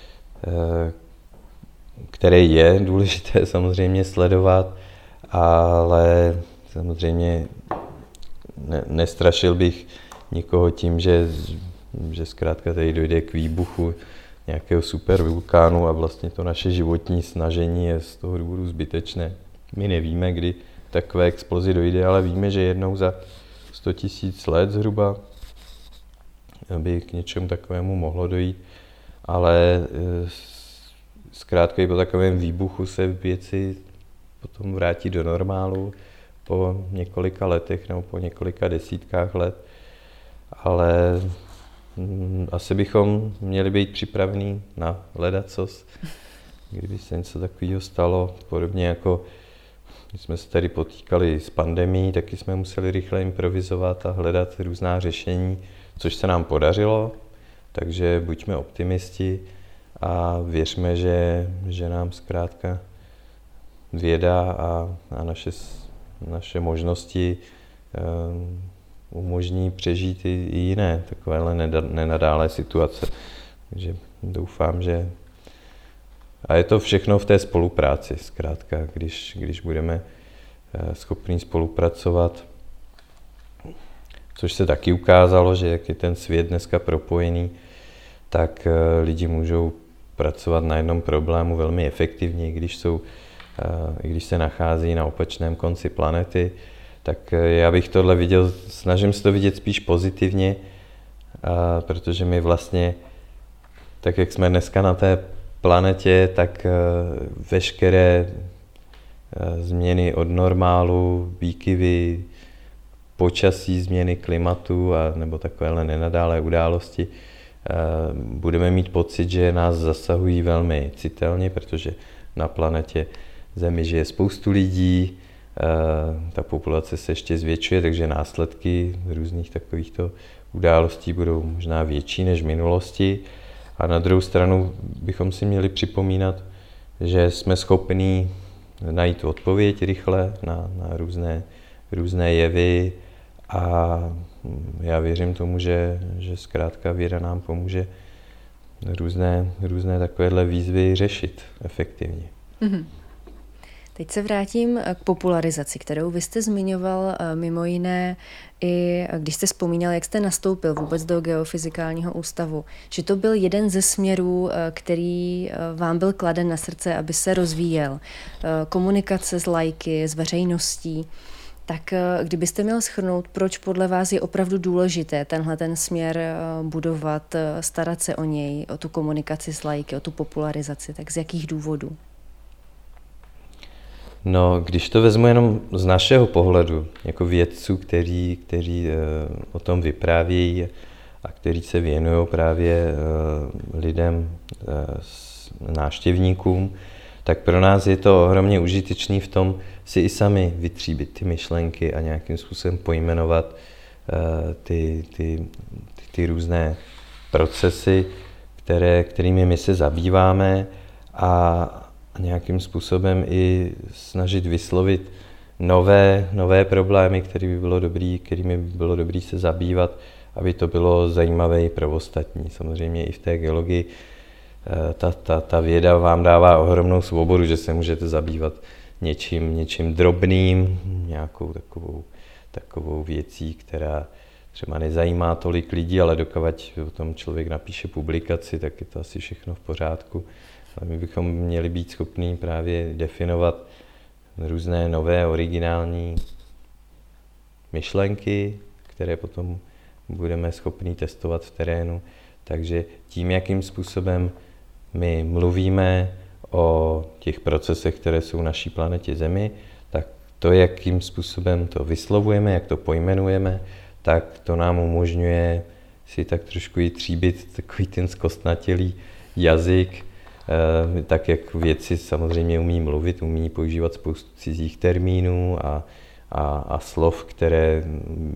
které je důležité samozřejmě sledovat, ale samozřejmě nestrašil bych nikoho tím, že zkrátka tady dojde k výbuchu nějakého supervulkánu a vlastně to naše životní snažení je z toho důvodu zbytečné. My nevíme, kdy takové explozi dojde, ale víme, že jednou za 100 000 let zhruba by k něčemu takovému mohlo dojít, ale zkrátka i po takovém výbuchu se věci potom vrátí do normálu po několika letech nebo po několika desítkách let, ale asi bychom měli být připravení na ledacos, kdyby se něco takového stalo, podobně jako když jsme se tady potýkali s pandemií, taky jsme museli rychle improvizovat a hledat různá řešení, což se nám podařilo, takže buďme optimisti a věřme, že nám zkrátka věda a naše možnosti umožní přežít i jiné takovéhle nenadálé situace. Takže doufám, že... A je to všechno v té spolupráci, zkrátka, když budeme schopni spolupracovat, což se taky ukázalo, že jak je ten svět dneska propojený, tak lidi můžou pracovat na jednom problému velmi efektivně, i když se nachází na opačném konci planety, Tak já bych tohle viděl, snažím se to vidět spíš pozitivně, protože my vlastně, tak jak jsme dneska na té planetě, tak veškeré změny od normálu, výkyvy, počasí, změny klimatu a nebo takovéhle nenadálé události, budeme mít pocit, že nás zasahují velmi citelně, protože na planetě Zemi žije spoustu lidí, ta populace se ještě zvětšuje, takže následky různých takovýchto událostí budou možná větší než v minulosti. A na druhou stranu bychom si měli připomínat, že jsme schopní najít odpověď rychle na různé jevy a já věřím tomu, že zkrátka věda nám pomůže různé takovéhle výzvy řešit efektivně. Mm-hmm. Teď se vrátím k popularizaci, kterou vy jste zmiňoval mimo jiné i když jste vzpomínal, jak jste nastoupil vůbec do Geofyzikálního ústavu, že to byl jeden ze směrů, který vám byl kladen na srdce, aby se rozvíjel. Komunikace s laiky, s veřejností. Tak kdybyste měl shrnout, proč podle vás je opravdu důležité ten směr budovat, starat se o něj, o tu komunikaci s laiky, o tu popularizaci, tak z jakých důvodů? No, když to vezmu jenom z našeho pohledu, jako vědců, kteří o tom vyprávějí a kteří se věnují právě lidem, návštěvníkům, tak pro nás je to ohromně užitečný v tom si i sami vytříbit ty myšlenky a nějakým způsobem pojmenovat ty různé procesy, kterými my se zabýváme a nějakým způsobem i snažit vyslovit nové problémy, kterými by bylo dobré se zabývat, aby to bylo zajímavé i pro ostatní. Samozřejmě i v té geologii ta věda vám dává ohromnou svobodu, že se můžete zabývat něčím drobným, nějakou takovou věcí, která třeba nezajímá tolik lidí, ale dokud o tom člověk napíše publikaci, tak je to asi všechno v pořádku. Ale my bychom měli být schopní právě definovat různé nové, originální myšlenky, které potom budeme schopni testovat v terénu. Takže tím, jakým způsobem my mluvíme o těch procesech, které jsou v naší planetě Zemi, tak to, jakým způsobem to vyslovujeme, jak to pojmenujeme, tak to nám umožňuje si tak trošku i tříbit takový ten zkostnatělý jazyk, tak jak vědci samozřejmě umí mluvit, umí používat spoustu cizích termínů a slov, které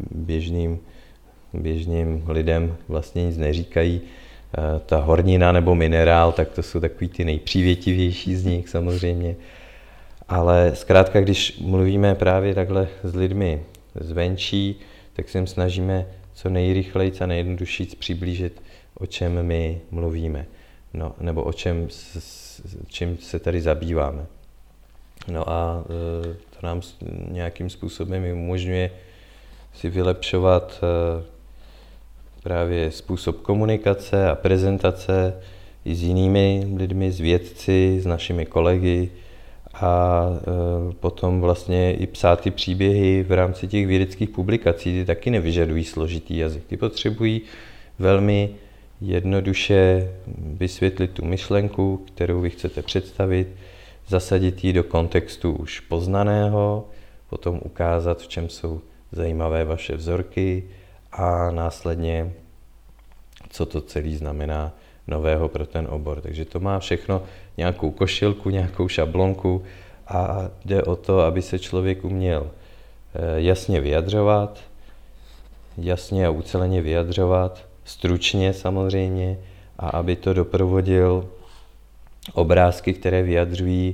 běžným lidem vlastně nic neříkají. Ta hornina nebo minerál, tak to jsou takový ty nejpřívětivější z nich samozřejmě. Ale zkrátka, když mluvíme právě takhle s lidmi zvenčí, tak se jim snažíme co nejrychleji a nejjednodušeji přiblížit, o čem my mluvíme. No, nebo čím se tady zabýváme. No a to nám nějakým způsobem umožňuje si vylepšovat právě způsob komunikace a prezentace i s jinými lidmi, s vědci, s našimi kolegy a potom vlastně i psát ty příběhy v rámci těch vědeckých publikací, ty taky nevyžadují složitý jazyk. Ty potřebují velmi jednoduše vysvětlit tu myšlenku, kterou vy chcete představit, zasadit ji do kontextu už poznaného, potom ukázat, v čem jsou zajímavé vaše vzorky a následně, co to celé znamená nového pro ten obor. Takže to má všechno nějakou košilku, nějakou šablonku a jde o to, aby se člověk uměl jasně vyjadřovat, jasně a uceleně vyjadřovat, stručně samozřejmě, a aby to doprovodil obrázky, které vyjadřují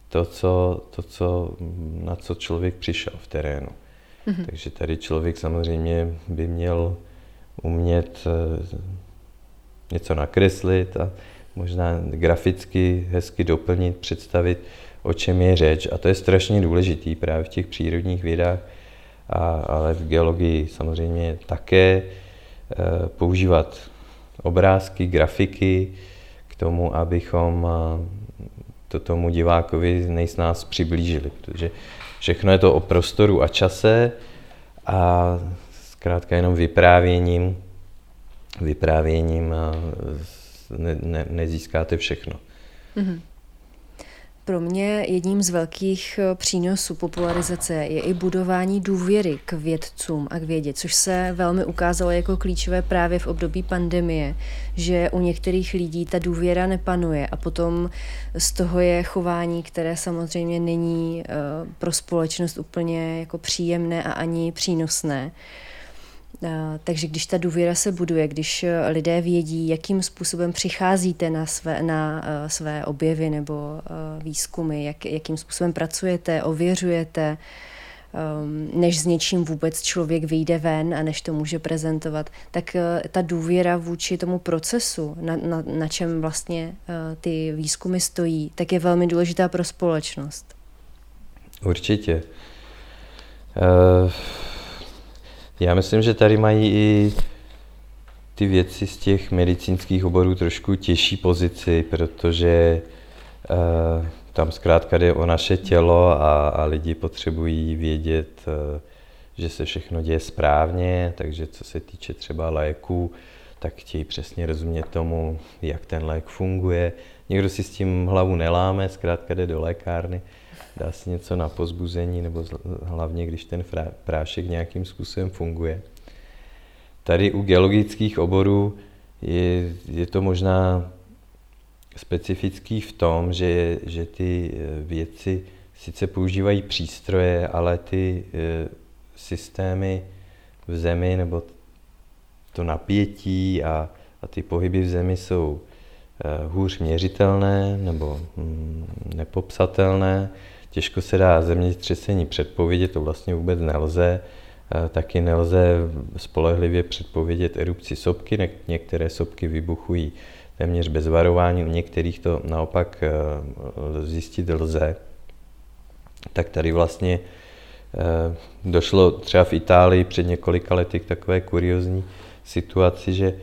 na co člověk přišel v terénu. Mm-hmm. Takže tady člověk samozřejmě by měl umět něco nakreslit a možná graficky hezky doplnit, představit, o čem je řeč. A to je strašně důležitý právě v těch přírodních vědách, ale v geologii samozřejmě také používat obrázky, grafiky k tomu, abychom to tomu divákovi nejsnáz přiblížili, protože Všechno je to o prostoru a čase a zkrátka jenom vyprávěním nezískáte všechno. Mm-hmm. Pro mě jedním z velkých přínosů popularizace je i budování důvěry k vědcům a k vědě, což se velmi ukázalo jako klíčové právě v období pandemie, že u některých lidí ta důvěra nepanuje a potom z toho je chování, které samozřejmě není pro společnost úplně jako příjemné a ani přínosné. Takže když ta důvěra se buduje, když lidé vědí, jakým způsobem přicházíte na své objevy nebo výzkumy, jakým způsobem pracujete, ověřujete, než s něčím vůbec člověk vyjde ven a než to může prezentovat, tak ta důvěra vůči tomu procesu, na čem vlastně ty výzkumy stojí, tak je velmi důležitá pro společnost. Určitě. Já myslím, že tady mají i ty věci z těch medicínských oborů trošku těžší pozici, protože tam zkrátka jde o naše tělo a lidi potřebují vědět, že se všechno děje správně, takže co se týče třeba léku, tak chtějí přesně rozumět tomu, jak ten lék funguje. Někdo si s tím hlavu neláme, zkrátka jde do lékárny, dá si něco na povzbuzení, nebo hlavně, když ten prášek nějakým způsobem funguje. Tady u geologických oborů je to možná specifický v tom, že ty vědci sice používají přístroje, ale ty systémy v zemi nebo to napětí a ty pohyby v zemi jsou hůř měřitelné nebo nepopsatelné. Těžko se dá zemětřesení předpovědět, to vlastně vůbec nelze. Taky nelze spolehlivě předpovědět erupci sopky, některé sopky vybuchují téměř bez varování, u některých to naopak zjistit lze. Tak tady vlastně došlo třeba v Itálii před několika lety k takové kuriózní situaci, že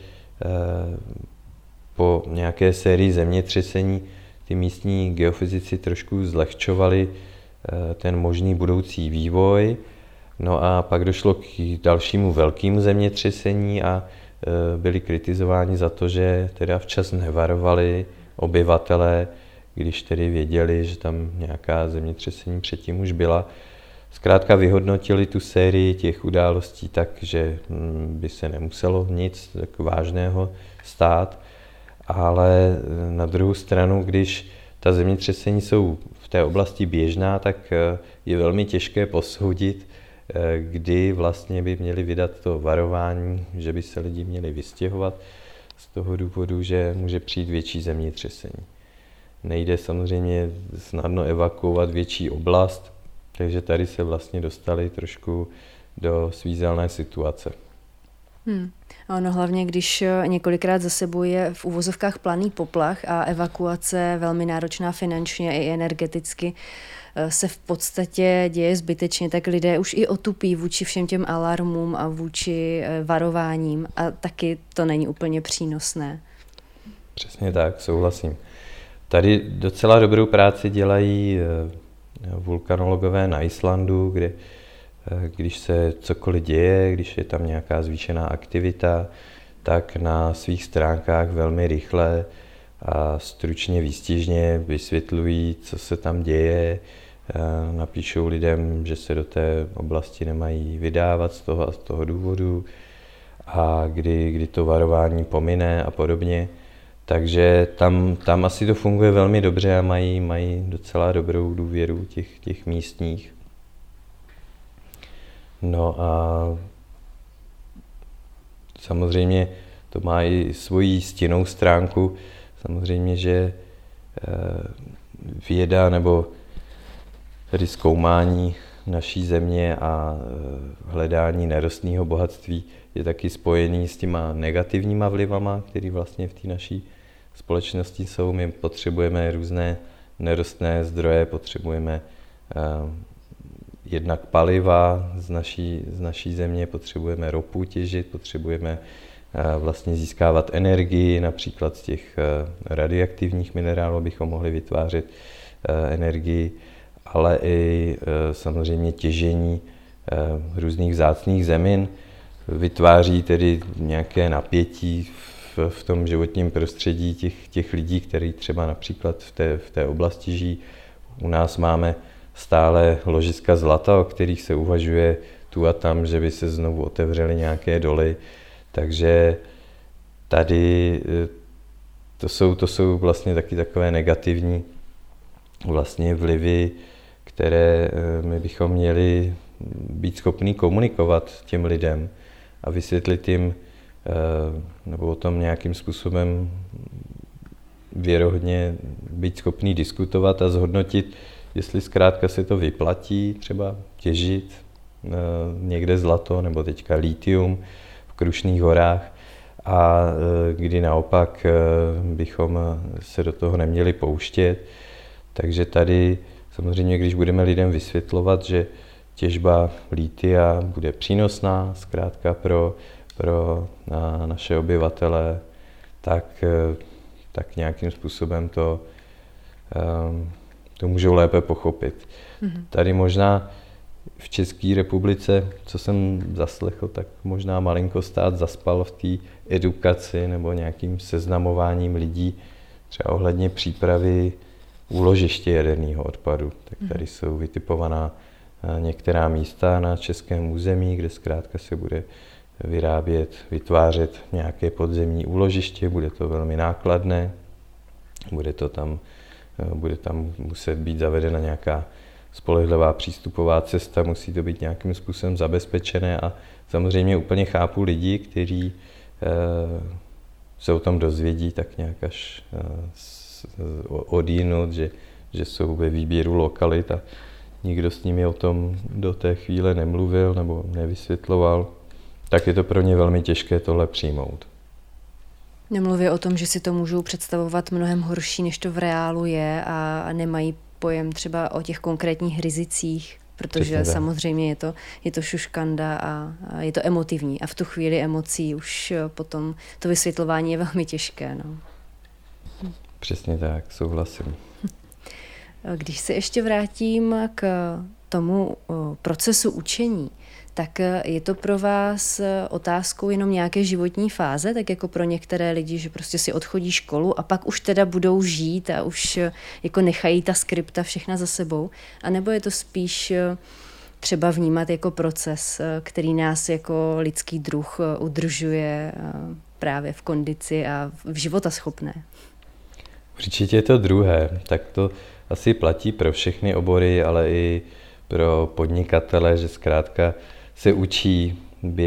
po nějaké sérii zemětřesení ty místní geofyzici trošku zlehčovali ten možný budoucí vývoj. No a pak došlo k dalšímu velkému zemětřesení a byli kritizováni za to, že teda včas nevarovali obyvatelé, když tedy věděli, že tam nějaká zemětřesení předtím už byla. Zkrátka vyhodnotili tu sérii těch událostí tak, že by se nemuselo nic tak vážného stát, ale na druhou stranu, když ta zemětřesení jsou v té oblasti běžná, tak je velmi těžké posoudit, kdy vlastně by měli vydat to varování, že by se lidi měli vystěhovat z toho důvodu, že může přijít větší zemětřesení. Nejde samozřejmě snadno evakuovat větší oblast, takže tady se vlastně dostali trošku do svízelné situace. Ono hlavně, když několikrát za sebou je v uvozovkách planý poplach a evakuace velmi náročná finančně i energeticky, se v podstatě děje zbytečně, tak lidé už i otupí vůči všem těm alarmům a vůči varováním a taky to není úplně přínosné. Přesně tak, souhlasím. Tady docela dobrou práci dělají vulkanologové na Islandu, kde když se cokoliv děje, když je tam nějaká zvýšená aktivita, tak na svých stránkách velmi rychle a stručně, výstižně vysvětlují, co se tam děje, napíšou lidem, že se do té oblasti nemají vydávat z toho a z toho důvodu a kdy to varování pomine a podobně. Takže tam asi to funguje velmi dobře a mají docela dobrou důvěru těch místních. No a samozřejmě to má i svoji stinnou stránku. Samozřejmě, že věda nebo tedy zkoumání naší země a hledání nerostného bohatství je taky spojený s těma negativníma vlivama, které vlastně v té naší společnosti jsou. My potřebujeme různé nerostné zdroje, potřebujeme jednak paliva z naší země, potřebujeme ropu těžit, potřebujeme vlastně získávat energii, například z těch radioaktivních minerálů, abychom mohli vytvářet energii ale i samozřejmě těžení různých vzácných zemin vytváří tedy nějaké napětí v tom životním prostředí těch lidí, kteří třeba například v té oblasti žijí. U nás máme stále ložiska zlata, o kterých se uvažuje tu a tam, že by se znovu otevřely nějaké doly. Takže tady to jsou vlastně taky takové negativní vlastně vlivy, které my bychom měli být schopni komunikovat těm lidem a vysvětlit jim, nebo o tom nějakým způsobem věrohodně být schopný diskutovat a zhodnotit, jestli zkrátka se to vyplatí třeba těžit někde zlato nebo teďka lithium v Krušných horách a kdy naopak bychom se do toho neměli pouštět. Takže tady samozřejmě, když budeme lidem vysvětlovat, že těžba lithia bude přínosná zkrátka pro naše obyvatele, tak nějakým způsobem to můžou lépe pochopit. Mm-hmm. Tady možná v České republice, co jsem zaslechl, tak možná malinko stát zaspal v té edukaci nebo nějakým seznamováním lidí, třeba ohledně přípravy úložiště jaderného odpadu. Tak tady jsou vytipovaná některá místa na českém území, kde zkrátka se bude vytvářet nějaké podzemní úložiště, bude to velmi nákladné, bude tam muset být zavedena nějaká spolehlivá přístupová cesta, musí to být nějakým způsobem zabezpečené a samozřejmě úplně chápu lidi, kteří se o tom dozvědí tak nějak až odjinud, že jsou ve výběru lokalit a nikdo s nimi o tom do té chvíle nemluvil nebo nevysvětloval, tak je to pro ně velmi těžké tohle přijmout. Nemluví o tom, že si to můžou představovat mnohem horší, než to v reálu je a nemají pojem třeba o těch konkrétních rizicích, protože samozřejmě je to šuškanda a je to emotivní a v tu chvíli emocí už potom to vysvětlování je velmi těžké. No. Přesně tak, souhlasím. Když se ještě vrátím k tomu procesu učení, tak je to pro vás otázkou jenom nějaké životní fáze, tak jako pro některé lidi, že prostě si odchodí školu a pak už teda budou žít a už jako nechají ta skripta všechna za sebou, anebo je to spíš třeba vnímat jako proces, který nás jako lidský druh udržuje právě v kondici a v životaschopné? Určitě je to druhé, tak to asi platí pro všechny obory, ale i pro podnikatele, že zkrátka se učí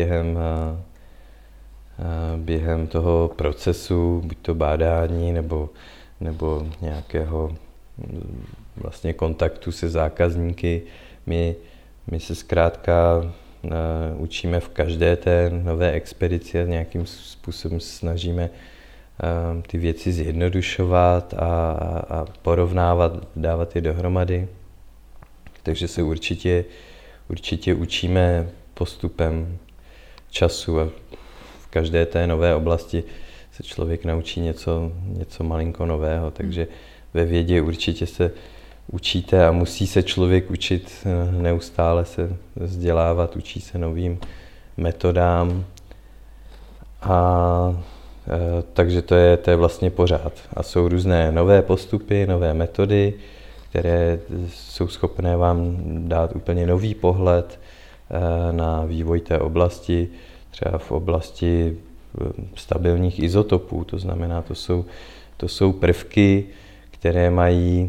během toho procesu, buď to bádání nebo nějakého vlastně kontaktu se zákazníky. My se zkrátka učíme v každé té nové expedici a nějakým způsobem snažíme ty věci zjednodušovat a porovnávat, dávat je dohromady. Takže se určitě učíme postupem času a v každé té nové oblasti se člověk naučí něco malinko nového, takže ve vědě určitě se učíte a musí se člověk učit, neustále se vzdělávat, učí se novým metodám a takže to je vlastně pořád. A jsou různé nové postupy, nové metody, které jsou schopné vám dát úplně nový pohled na vývoj té oblasti, třeba v oblasti stabilních izotopů, to znamená, to jsou prvky, které mají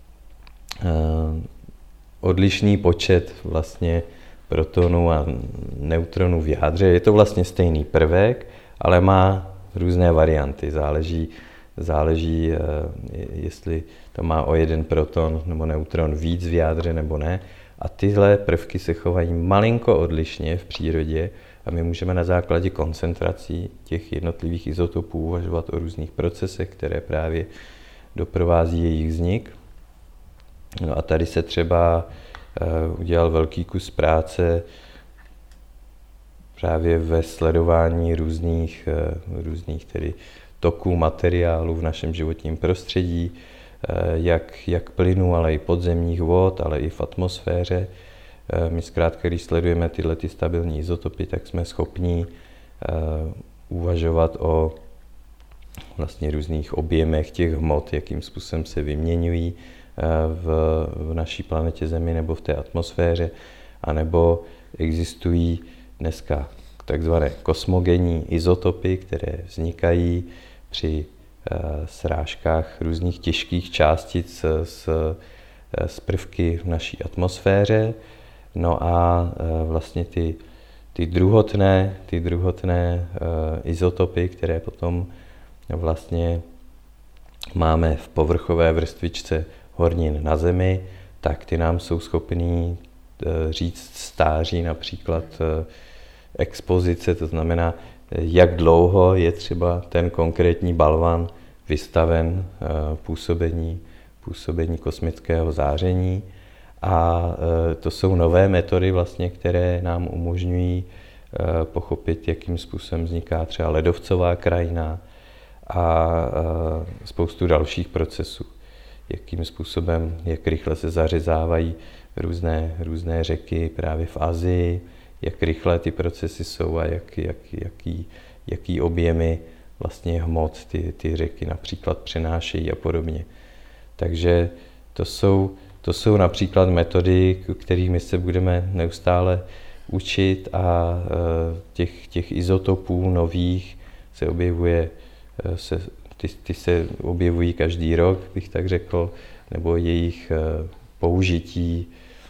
odlišný počet vlastně protonů a neutronů v jádře. Je to vlastně stejný prvek, ale má různé varianty, záleží, jestli to má o jeden proton nebo neutron víc v jádře nebo ne. A tyhle prvky se chovají malinko odlišně v přírodě a my můžeme na základě koncentrací těch jednotlivých izotopů uvažovat o různých procesech, které právě doprovází jejich vznik. No a tady se třeba udělal velký kus práce právě ve sledování různých tedy toků materiálu v našem životním prostředí. jak plynu, ale i podzemních vod, ale i v atmosféře. My zkrátka, když sledujeme tyhle stabilní izotopy, tak jsme schopni uvažovat o vlastně různých objemech těch hmot, jakým způsobem se vyměňují v naší planetě Zemi nebo v té atmosféře, anebo existují dneska takzvané kosmogenní izotopy, které vznikají při srážkách různých těžkých částic z prvky v naší atmosféře. No a vlastně ty druhotné izotopy, které potom vlastně máme v povrchové vrstvičce hornin na Zemi, tak ty nám jsou schopní říct stáří, například expozice, to znamená, jak dlouho je třeba ten konkrétní balvan vystaven působení kosmického záření. A to jsou nové metody, vlastně, které nám umožňují pochopit, jakým způsobem vzniká třeba ledovcová krajina a spoustu dalších procesů. Jakým způsobem, jak rychle se zařezávají různé řeky právě v Asii, jak rychle ty procesy jsou a jaký objemy vlastně hmot ty řeky například přenášejí a podobně. Takže to jsou například metody, kterými se budeme neustále učit, a těch izotopů nových se objevuje, ty se objevují každý rok, bych tak řekl, nebo jejich použití,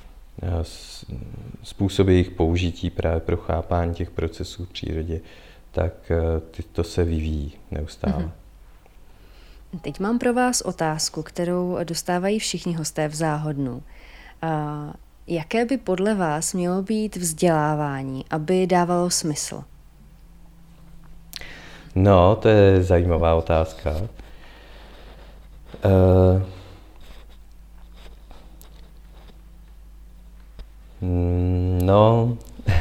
způsoby jejich použití právě pro chápání těch procesů v přírodě, tak to se vyvíjí neustále. Mm-hmm. Teď mám pro vás otázku, kterou dostávají všichni hosté v Záhodnu. Jaké by podle vás mělo být vzdělávání, aby dávalo smysl? No, to je zajímavá otázka. No,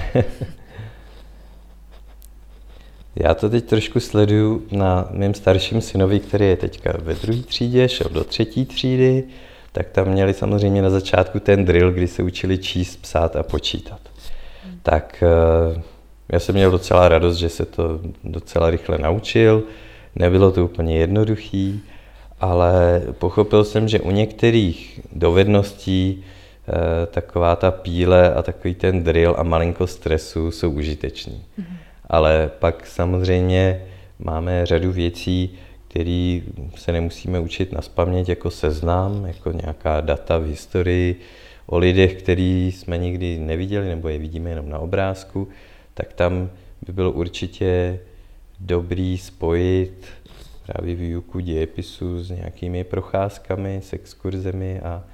já to teď trošku sleduju na mém starším synovi, který je teďka ve 2. třídě, šel do 3. třídy, tak tam měli samozřejmě na začátku ten drill, kdy se učili číst, psát a počítat. Tak já jsem měl docela radost, že se to docela rychle naučil. Nebylo to úplně jednoduchý, ale pochopil jsem, že u některých dovedností taková ta píle a takový ten drill a malinko stresu jsou užiteční. Mm-hmm. Ale pak samozřejmě máme řadu věcí, které se nemusíme učit nazpaměť, jako seznam, jako nějaká data v historii o lidech, který jsme nikdy neviděli nebo je vidíme jenom na obrázku, tak tam by bylo určitě dobrý spojit právě výuku dějepisu s nějakými procházkami, s exkurzemi a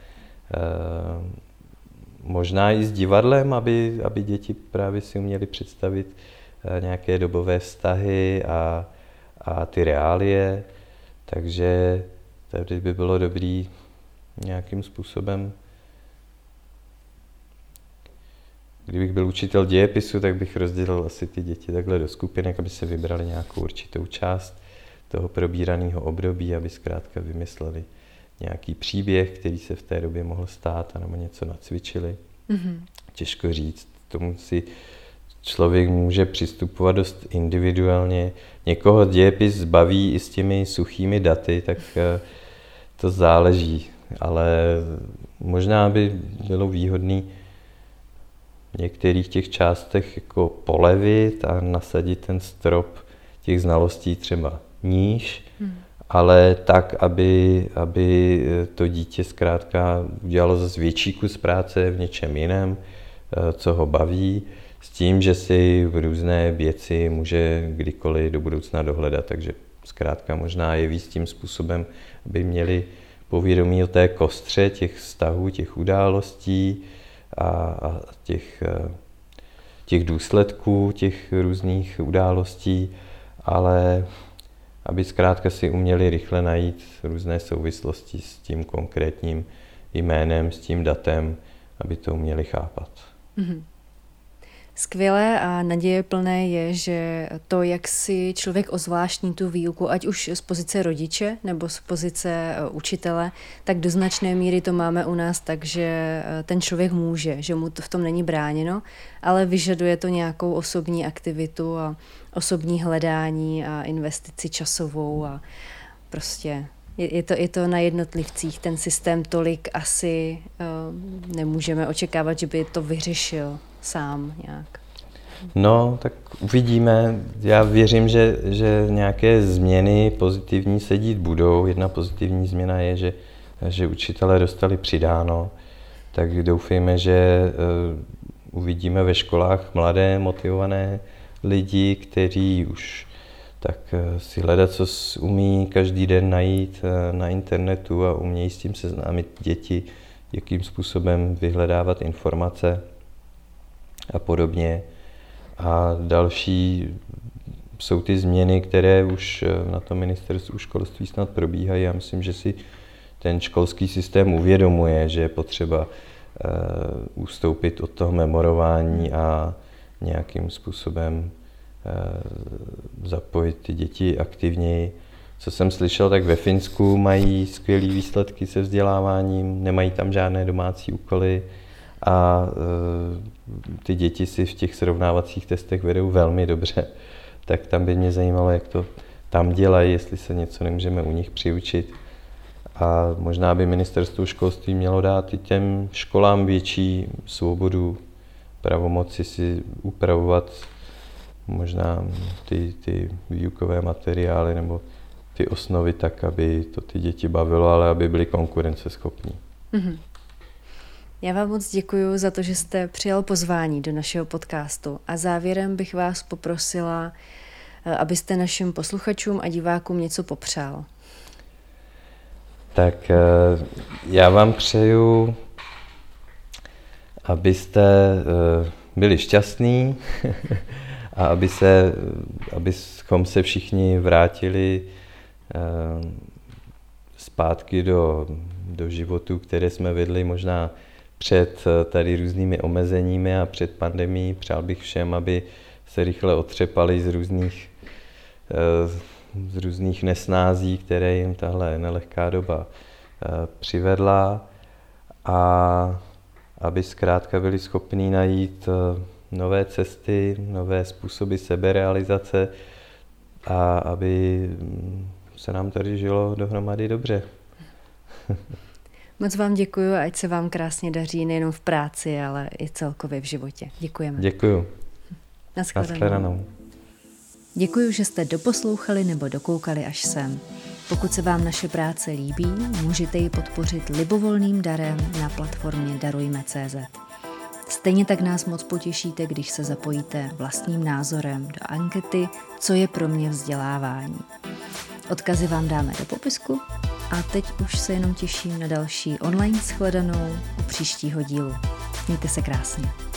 možná i s divadlem, aby děti právě si uměly představit nějaké dobové vztahy a ty reálie. Takže tady by bylo dobrý nějakým způsobem, kdybych byl učitel dějepisu, tak bych rozdělil asi ty děti takhle do skupinek, aby se vybrali nějakou určitou část toho probíraného období, aby zkrátka vymysleli nějaký příběh, který se v té době mohl stát, anebo něco nacvičili. Mm-hmm. Těžko říct, tomu si člověk může přistupovat dost individuálně. Někoho dějepis zbaví i s těmi suchými daty, tak to záleží. Ale možná by bylo výhodné v některých těch částech jako polevit a nasadit ten strop těch znalostí třeba níž, ale tak, aby to dítě zkrátka udělalo zase větší kus práce v něčem jiném, co ho baví, s tím, že si v různé věci může kdykoliv do budoucna dohledat, takže zkrátka možná je víc tím způsobem, aby měli povědomí o té kostře těch vztahů, těch událostí a těch důsledků těch různých událostí, ale aby zkrátka si uměli rychle najít různé souvislosti s tím konkrétním jménem, s tím datem, aby to uměli chápat. Mm-hmm. Skvělé a nadějeplné je, že to, jak si člověk ozvláštní tu výuku, ať už z pozice rodiče nebo z pozice učitele, tak do značné míry to máme u nás tak, že ten člověk může, že mu to v tom není bráněno, ale vyžaduje to nějakou osobní aktivitu a osobní hledání a investici časovou a prostě je to na jednotlivcích. Ten systém tolik asi nemůžeme očekávat, že by to vyřešil sám nějak. No, tak uvidíme. Já věřím, že nějaké změny pozitivní se dít budou. Jedna pozitivní změna je, že učitelé dostali přidáno, tak doufejme, že uvidíme ve školách mladé, motivované lidi, kteří už tak si hledat, co umí každý den najít na internetu a umějí s tím seznámit děti, jakým způsobem vyhledávat informace a podobně. A další jsou ty změny, které už na tom ministerstvu školství snad probíhají. Já myslím, že si ten školský systém uvědomuje, že je potřeba ustoupit od toho memorování a nějakým způsobem zapojit ty děti aktivněji. Co jsem slyšel, tak ve Finsku mají skvělé výsledky se vzděláváním, nemají tam žádné domácí úkoly a ty děti si v těch srovnávacích testech vedou velmi dobře. Tak tam by mě zajímalo, jak to tam dělají, jestli se něco nemůžeme u nich přiučit. A možná by ministerstvo školství mělo dát i těm školám větší svobodu, pravomoci si upravovat možná ty výukové materiály nebo ty osnovy tak, aby to ty děti bavilo, ale aby byly konkurenceschopní. Mm-hmm. Já vám moc děkuji za to, že jste přijal pozvání do našeho podcastu a závěrem bych vás poprosila, abyste našim posluchačům a divákům něco popřál. Tak já vám přeju, abyste byli šťastní a abychom se všichni vrátili zpátky do životu, které jsme vedli možná před tady různými omezeními a před pandemií. Přál bych všem, aby se rychle otřepali z různých nesnází, které jim tahle nelehká doba přivedla a aby zkrátka byli schopní najít nové cesty, nové způsoby seberealizace a aby se nám tady žilo dohromady dobře. Moc vám děkuju a ať se vám krásně daří nejenom v práci, ale i celkově v životě. Děkujeme. Děkuju. Naschledanou. Děkuju, že jste doposlouchali nebo dokoukali až sem. Pokud se vám naše práce líbí, můžete ji podpořit libovolným darem na platformě Darujme.cz. Stejně tak nás moc potěšíte, když se zapojíte vlastním názorem do ankety Co je pro mě vzdělávání. Odkazy vám dáme do popisku a teď už se jenom těším na další online shledanou u příštího dílu. Mějte se krásně.